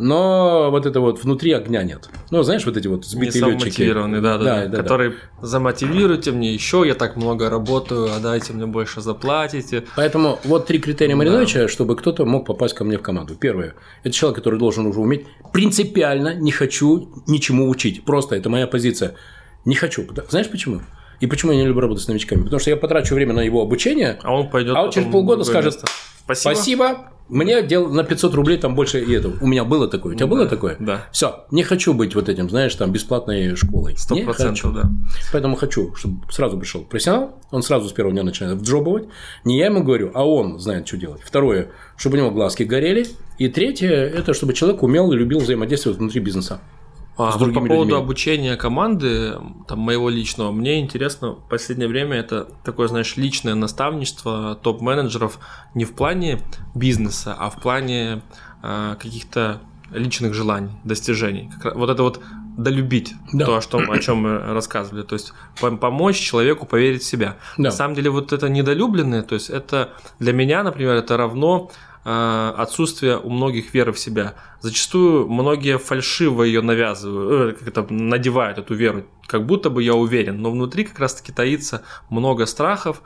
но вот это вот внутри огня нет. Ну, знаешь, вот эти вот сбитые летчики. Мотивированные, да, да, да, да. Которые да. замотивируйте мне еще, я так много работаю, а дайте мне больше заплатите. Поэтому вот три критерия Мариновича, да. чтобы кто-то мог попасть ко мне в команду. Первое. Это человек, который должен уже уметь принципиально не хочу ничему учить. Просто это моя позиция. Не хочу. Знаешь почему? И почему я не люблю работать с новичками? Потому что я потрачу время на его обучение, а он пойдет, а он через полгода скажет: спасибо. Спасибо. Мне дел на пятьсот рублей там больше и этого. У меня было такое. У тебя да, было такое? Да. Все. Не хочу быть вот этим, знаешь, там бесплатной школой. Сто процентов, да. Поэтому хочу, чтобы сразу пришел профессионал, он сразу с первого дня начинает вджобывать. Не я ему говорю, а он знает, что делать. Второе, чтобы у него глазки горели. И третье, это чтобы человек умел и любил взаимодействовать внутри бизнеса. А, вот по поводу людьми. Обучения команды, там, моего личного, мне интересно в последнее время это такое, знаешь, личное наставничество топ-менеджеров не в плане бизнеса, а в плане э, каких-то личных желаний, достижений. Вот это вот долюбить да. то, что, о чем мы рассказывали. То есть помочь человеку поверить в себя. Да. На самом деле, вот это недолюбленное, то есть это для меня, например, это равно отсутствие у многих веры в себя. Зачастую многие фальшиво ее навязывают, как это, надевают эту веру, как будто бы я уверен, но внутри как раз-таки таится много страхов,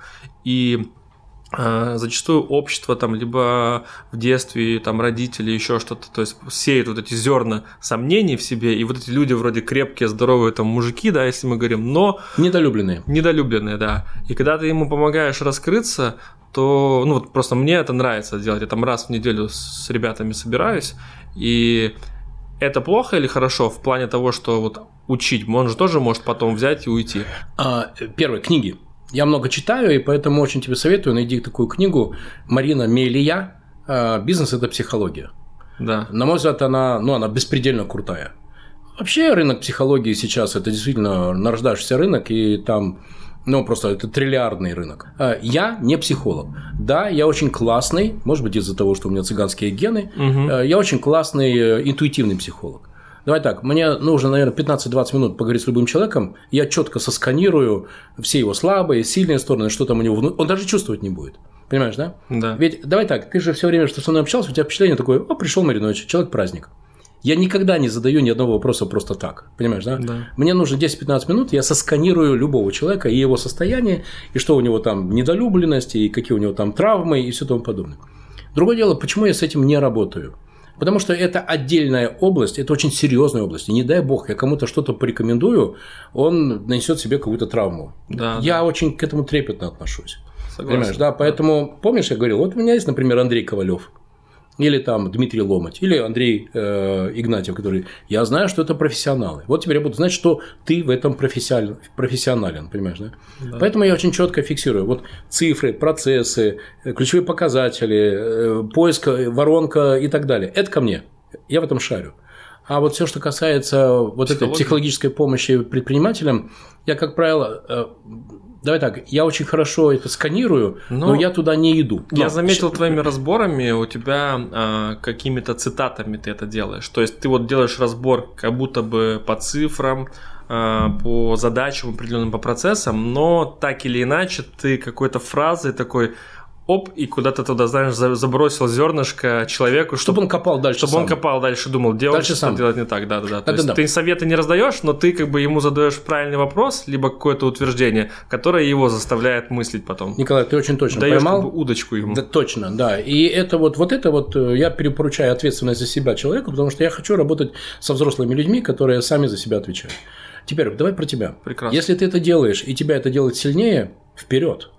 и э, зачастую общество там либо в детстве, там родители, еще что-то, то есть сеют вот эти зерна сомнений в себе, и вот эти люди вроде крепкие, здоровые там мужики, да, если мы говорим, но... Недолюбленные. Недолюбленные, да. И когда ты ему помогаешь раскрыться, то, ну вот просто мне это нравится делать. Я там раз в неделю с ребятами собираюсь, и это плохо или хорошо в плане того, что вот учить, он же тоже может потом взять и уйти. А, первое, книги. Я много читаю, и поэтому очень тебе советую, найди такую книгу Марина Мелия «Бизнес – это психология». Да. На мой взгляд, она, ну, она беспредельно крутая. Вообще рынок психологии сейчас – это действительно нарождающийся рынок, и там… Ну, просто это триллиардный рынок. Я не психолог. Да, я очень классный, может быть, из-за того, что у меня цыганские гены, угу. Я очень классный интуитивный психолог. Давай так, мне нужно, наверное, пятнадцать-двадцать минут поговорить с любым человеком, я четко сосканирую все его слабые, сильные стороны, что там у него внутри, он даже чувствовать не будет. Понимаешь, да? Да. Ведь давай так, ты же все время, что со мной общался, у тебя впечатление такое: о, пришел Маринович, человек-праздник. Я никогда не задаю ни одного вопроса просто так. Понимаешь, да? Да. Мне нужно десять-пятнадцать минут, я сосканирую любого человека и его состояние, и что у него там недолюбленность, и какие у него там травмы, и все тому подобное. Другое дело, почему я с этим не работаю? Потому что это отдельная область, это очень серьезная область. И не дай бог, я кому-то что-то порекомендую, он нанесет себе какую-то травму. Да, я да. очень к этому трепетно отношусь. Согласен. Понимаешь, да? Поэтому, помнишь, я говорил, вот у меня есть, например, Андрей Ковалев. Или там Дмитрий Ломоть, или Андрей э, Игнатьев, который… Я знаю, что это профессионалы. Вот теперь я буду знать, что ты в этом профессионален, профессионален, понимаешь, да? Да. Поэтому я очень четко фиксирую. Вот цифры, процессы, ключевые показатели, э, поиск, воронка и так далее. Это ко мне. Я в этом шарю. А вот все, что касается вот этой психологической помощи предпринимателям, я, как правило… Э, Давай так, я очень хорошо это сканирую, но, но я туда не иду. Я но... заметил твоими разборами, у тебя а, какими-то цитатами ты это делаешь. То есть ты вот делаешь разбор как будто бы по цифрам, а, по задачам определенным, по процессам, но так или иначе ты какой-то фразой такой… оп, и куда-то туда, знаешь, забросил зернышко человеку, чтобы, чтобы он копал дальше. Чтобы сам. он копал дальше, думал, делать что делать не так, да, да, да. То есть ты советы не раздаешь, но ты как бы ему задаешь правильный вопрос, либо какое-то утверждение, которое его заставляет мыслить потом. Николай, ты очень точно даешь поймал. Как бы удочку ему. Да, точно, да. И это вот, вот это вот я перепоручаю ответственность за себя человеку, потому что я хочу работать со взрослыми людьми, которые сами за себя отвечают. Теперь давай про тебя. Прекрасно. Если ты это делаешь, и тебя это делает сильнее, вперед.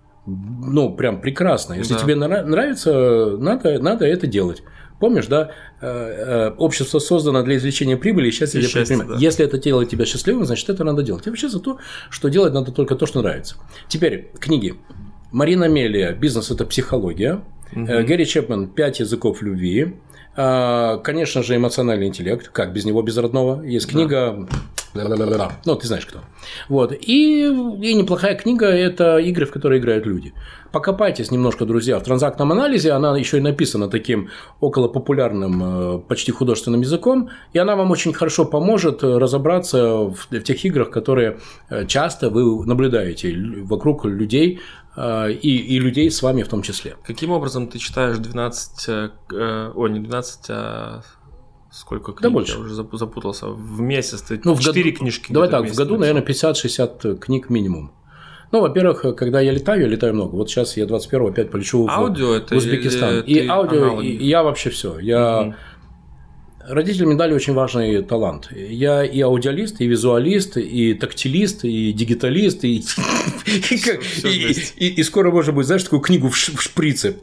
Ну, прям прекрасно. Если да. тебе нравится, надо, надо это делать. Помнишь, да, общество создано для извлечения прибыли и счастья для предпринимателя. Да. Если это делает тебя счастливым, значит, это надо делать. Я вообще за то, что делать надо только то, что нравится. Теперь книги. Марина Мелия «Бизнес – это психология». Угу. Гэри Чепмен «Пять языков любви». Конечно же, эмоциональный интеллект. Как без него, без родного? Есть книга… Да. Ну, ты знаешь кто. Вот. И, и неплохая книга – это игры, в которые играют люди. Покопайтесь немножко, друзья, в транзактном анализе. Она еще и написана таким околопопулярным, почти художественным языком. И она вам очень хорошо поможет разобраться в, в тех играх, которые часто вы наблюдаете вокруг людей. И, и людей с вами в том числе. Каким образом ты читаешь двенадцать, э, о, не двенадцать, а сколько книг? Да больше. Я уже запутался. В месяц ты ну, четыре году, книжки. Давай так, в году, наверное, пятьдесят-шестьдесят книг минимум. Ну, во-первых, когда я летаю, я летаю много. Вот сейчас я двадцать первого опять полечу аудио в, в Узбекистан. И аудио, и, и я вообще все. Я… Угу. Родители мне дали очень важный талант. Я и аудиалист, и визуалист, и тактилист, и дигиталист, и, все, все и, и, и скоро можно будет, знаешь, такую книгу в шприце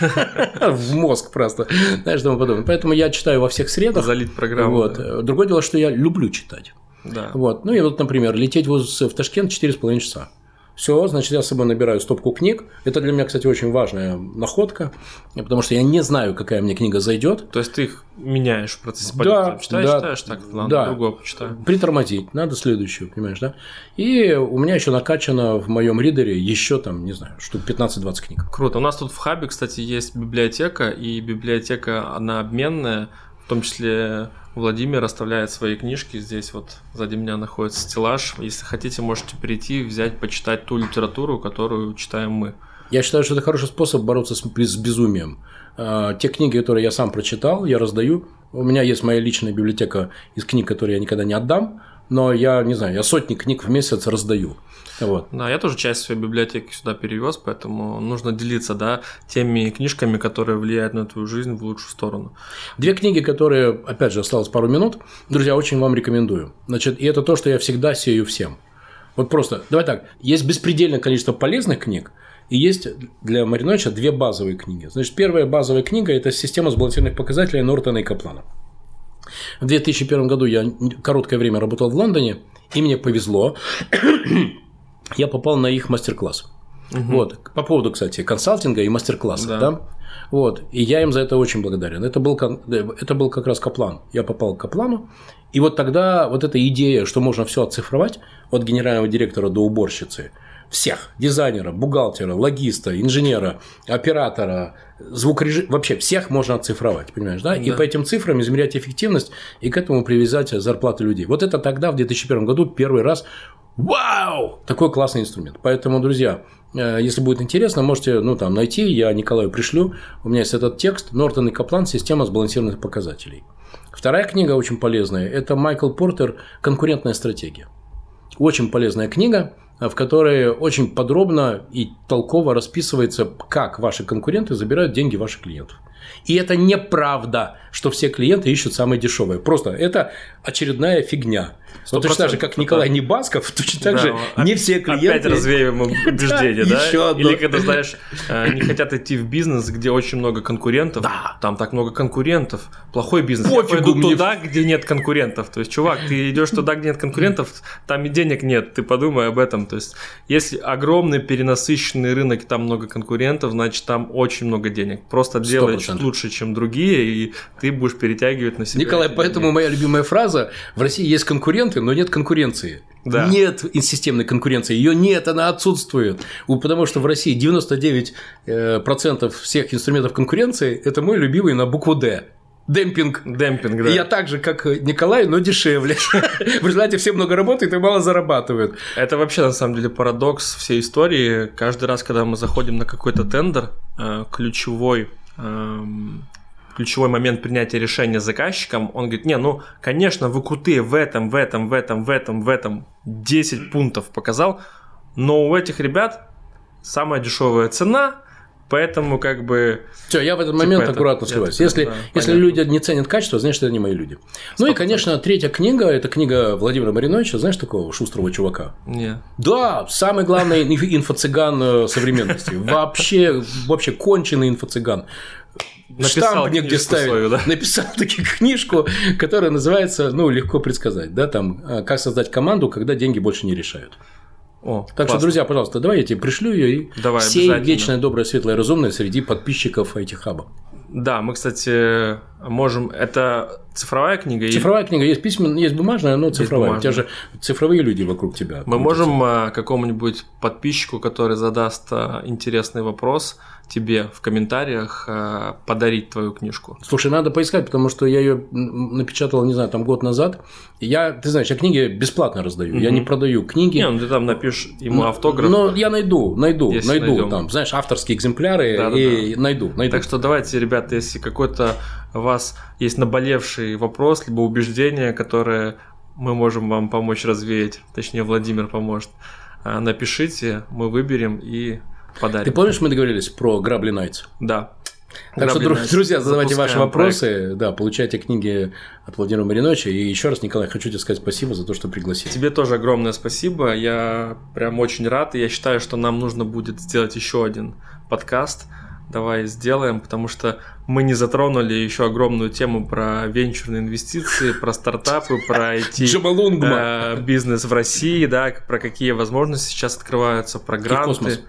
в мозг просто, знаешь, тому подобное. Поэтому я читаю во всех средах. Залить программу. Вот. Да. Другое дело, что я люблю читать. Да. Вот. Ну и вот, например, лететь в Ташкент четыре с половиной часа. Все, значит, я с собой набираю стопку книг. Это для меня, кстати, очень важная находка, потому что я не знаю, какая мне книга зайдет. То есть ты их меняешь в процессе полета? Да, читаешь, да, читаешь, так, ладно, да. другого почитаю. Притормозить, надо следующую, понимаешь, да? И у меня еще накачано в моем ридере еще там, не знаю, штук пятнадцать-двадцать книг. Круто. У нас тут в хабе, кстати, есть библиотека, и библиотека, она обменная, в том числе… Владимир оставляет свои книжки. Здесь вот сзади меня находится стеллаж. Если хотите, можете прийти, взять, почитать ту литературу, которую читаем мы. Я считаю, что это хороший способ бороться с безумием. Те книги, которые я сам прочитал, я раздаю. У меня есть моя личная библиотека из книг, которые я никогда не отдам. Но я, не знаю, я сотни книг в месяц раздаю. Вот. Да, я тоже часть своей библиотеки сюда перевез, поэтому нужно делиться, да, теми книжками, которые влияют на твою жизнь в лучшую сторону. Две книги, которые, опять же, осталось пару минут, друзья, очень вам рекомендую. Значит, и это то, что я всегда сею всем. Вот просто, давай так, есть беспредельное количество полезных книг, и есть для Мариновича две базовые книги. Значит, первая базовая книга – это «Система сбалансированных показателей» Нортона и Каплана. В две тысячи первом году я короткое время работал в Лондоне, и мне повезло. Я попал на их мастер-класс. Угу. Вот. По поводу, кстати, консалтинга и мастер-классов. Да. Да? Вот. И я им за это очень благодарен. Это был, это был как раз Каплан. Я попал к Каплану. И вот тогда вот эта идея, что можно все оцифровать, от генерального директора до уборщицы, всех, дизайнера, бухгалтера, логиста, инженера, оператора, звукорежиссера, вообще всех можно оцифровать, понимаешь, да? да? И по этим цифрам измерять эффективность и к этому привязать зарплаты людей. Вот это тогда, в две тысячи первом году, первый раз, вау, такой классный инструмент. Поэтому, друзья, если будет интересно, можете ну, там, найти, я Николаю пришлю, у меня есть этот текст «Нортон и Каплан. Система сбалансированных показателей». Вторая книга очень полезная – это Майкл Портер «Конкурентная стратегия». Очень полезная книга, в которой очень подробно и толково расписывается, как ваши конкуренты забирают деньги ваших клиентов. И это неправда, что все клиенты ищут самое дешевое. Просто это очередная фигня. Вот точно так же, как Николай Небасков, точно так же не все клиенты… Опять развеем убеждение, да? Или когда, знаешь, не хотят идти в бизнес, где очень много конкурентов. Там так много конкурентов. Плохой бизнес. Я пойду туда, где нет конкурентов. То есть, чувак, ты идешь туда, где нет конкурентов, там и денег нет. Ты подумай об этом. То есть, если огромный перенасыщенный рынок, там много конкурентов, значит, там очень много денег. Просто делай чуть лучше, чем другие, и ты будешь перетягивать на себя. Николай, поэтому денег. Моя любимая фраза: в России есть конкуренты, но нет конкуренции. Да. Нет системной конкуренции, ее нет, она отсутствует. Потому что в России девяносто девять процентов всех инструментов конкуренции – это мой любимый на букву «Д». Демпинг. Демпинг, да. Я так же, как Николай, но дешевле. В результате все много работают и мало зарабатывают. Это вообще, на самом деле, парадокс всей истории. Каждый раз, когда мы заходим на какой-то тендер, ключевой, ключевой момент принятия решения заказчиком, он говорит: не, ну, конечно, вы крутые в этом, в этом, в этом, в этом, в этом, десять пунктов показал, но у этих ребят самая дешевая цена. Поэтому как бы… Все, я в этот типа момент это, аккуратно сливаюсь. Если, да, если люди не ценят качество, значит, это не мои люди. сто процентов. Ну и, конечно, третья книга – это книга Владимира Мариновича. Знаешь такого шустрого чувака? Нет. Да, самый главный инфо-цыган современности. Вообще, вообще конченый инфо-цыган. Написал штамп негде ставить. Свою, да? Написал таки книжку, которая называется, ну, легко предсказать, да, там, как создать команду, когда деньги больше не решают. О, так классно. Что, друзья, пожалуйста, давай я тебе пришлю ее и давай, сей вечное, доброе, светлое, разумное среди подписчиков ай ти-хаба. Да, мы, кстати, можем… Это цифровая книга? Цифровая и... книга. Есть письменная, есть бумажная, но цифровая. У тебя же цифровые люди вокруг тебя. Мы можем какому-нибудь подписчику, который задаст интересный вопрос тебе в комментариях, подарить твою книжку? Слушай, надо поискать, потому что я ее напечатал, не знаю, там год назад. Я, ты знаешь, я книги бесплатно раздаю. Mm-hmm. Я не продаю книги. Не, ну ты там напишешь ему автограф. Но я найду, найду, если найду. Найдем. Там, знаешь, авторские экземпляры да, и да, да. найду, найду. Так что давайте, ребята, если какой-то у вас есть наболевший вопрос, либо убеждение, которое мы можем вам помочь развеять, точнее, Владимир поможет, напишите, мы выберем и подарим. Ты помнишь, мы договорились про Грабли Найтс? Да. Так Грабли что, друзья, задавайте ваши вопросы, проект. Да, получайте книги от Владимира Мариновича. И еще раз, Николай, хочу тебе сказать спасибо за то, что пригласил. Тебе тоже огромное спасибо. Я прям очень рад. И я считаю, что нам нужно будет сделать еще один подкаст. Давай сделаем, потому что мы не затронули еще огромную тему про венчурные инвестиции, про стартапы, про ай ти-бизнес в России, да, про какие возможности сейчас открываются, про гранты.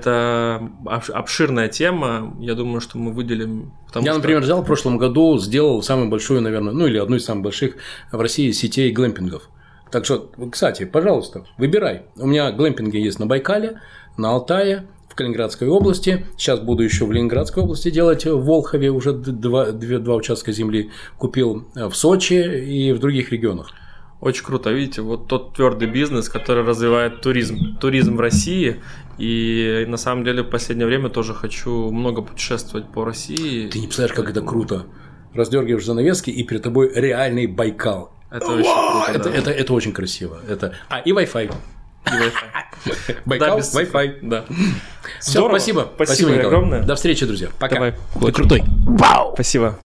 Это обширная тема, я думаю, что мы выделим… Я, что... например, взял в прошлом году, сделал самую большую, наверное, ну или одну из самых больших в России сетей глэмпингов. Так что, кстати, пожалуйста, выбирай. У меня глэмпинги есть на Байкале, на Алтае, в Калининградской области. Сейчас буду еще в Ленинградской области делать, в Волхове уже два, два участка земли купил, в Сочи и в других регионах. Очень круто, видите, вот тот твердый бизнес, который развивает туризм, туризм в России, и на самом деле в последнее время тоже хочу много путешествовать по России. Ты не представляешь, как это круто, раздергиваешь занавески, и перед тобой реальный Байкал. Это очень круто, это, да. это, это очень красиво, это... а, и Wi-Fi. И Wi-Fi. Байкал, да, Wi-Fi. Да. Все, спасибо. Спасибо, спасибо огромное. До встречи, друзья. Пока. Давай. Ты крутой. Вау. Спасибо.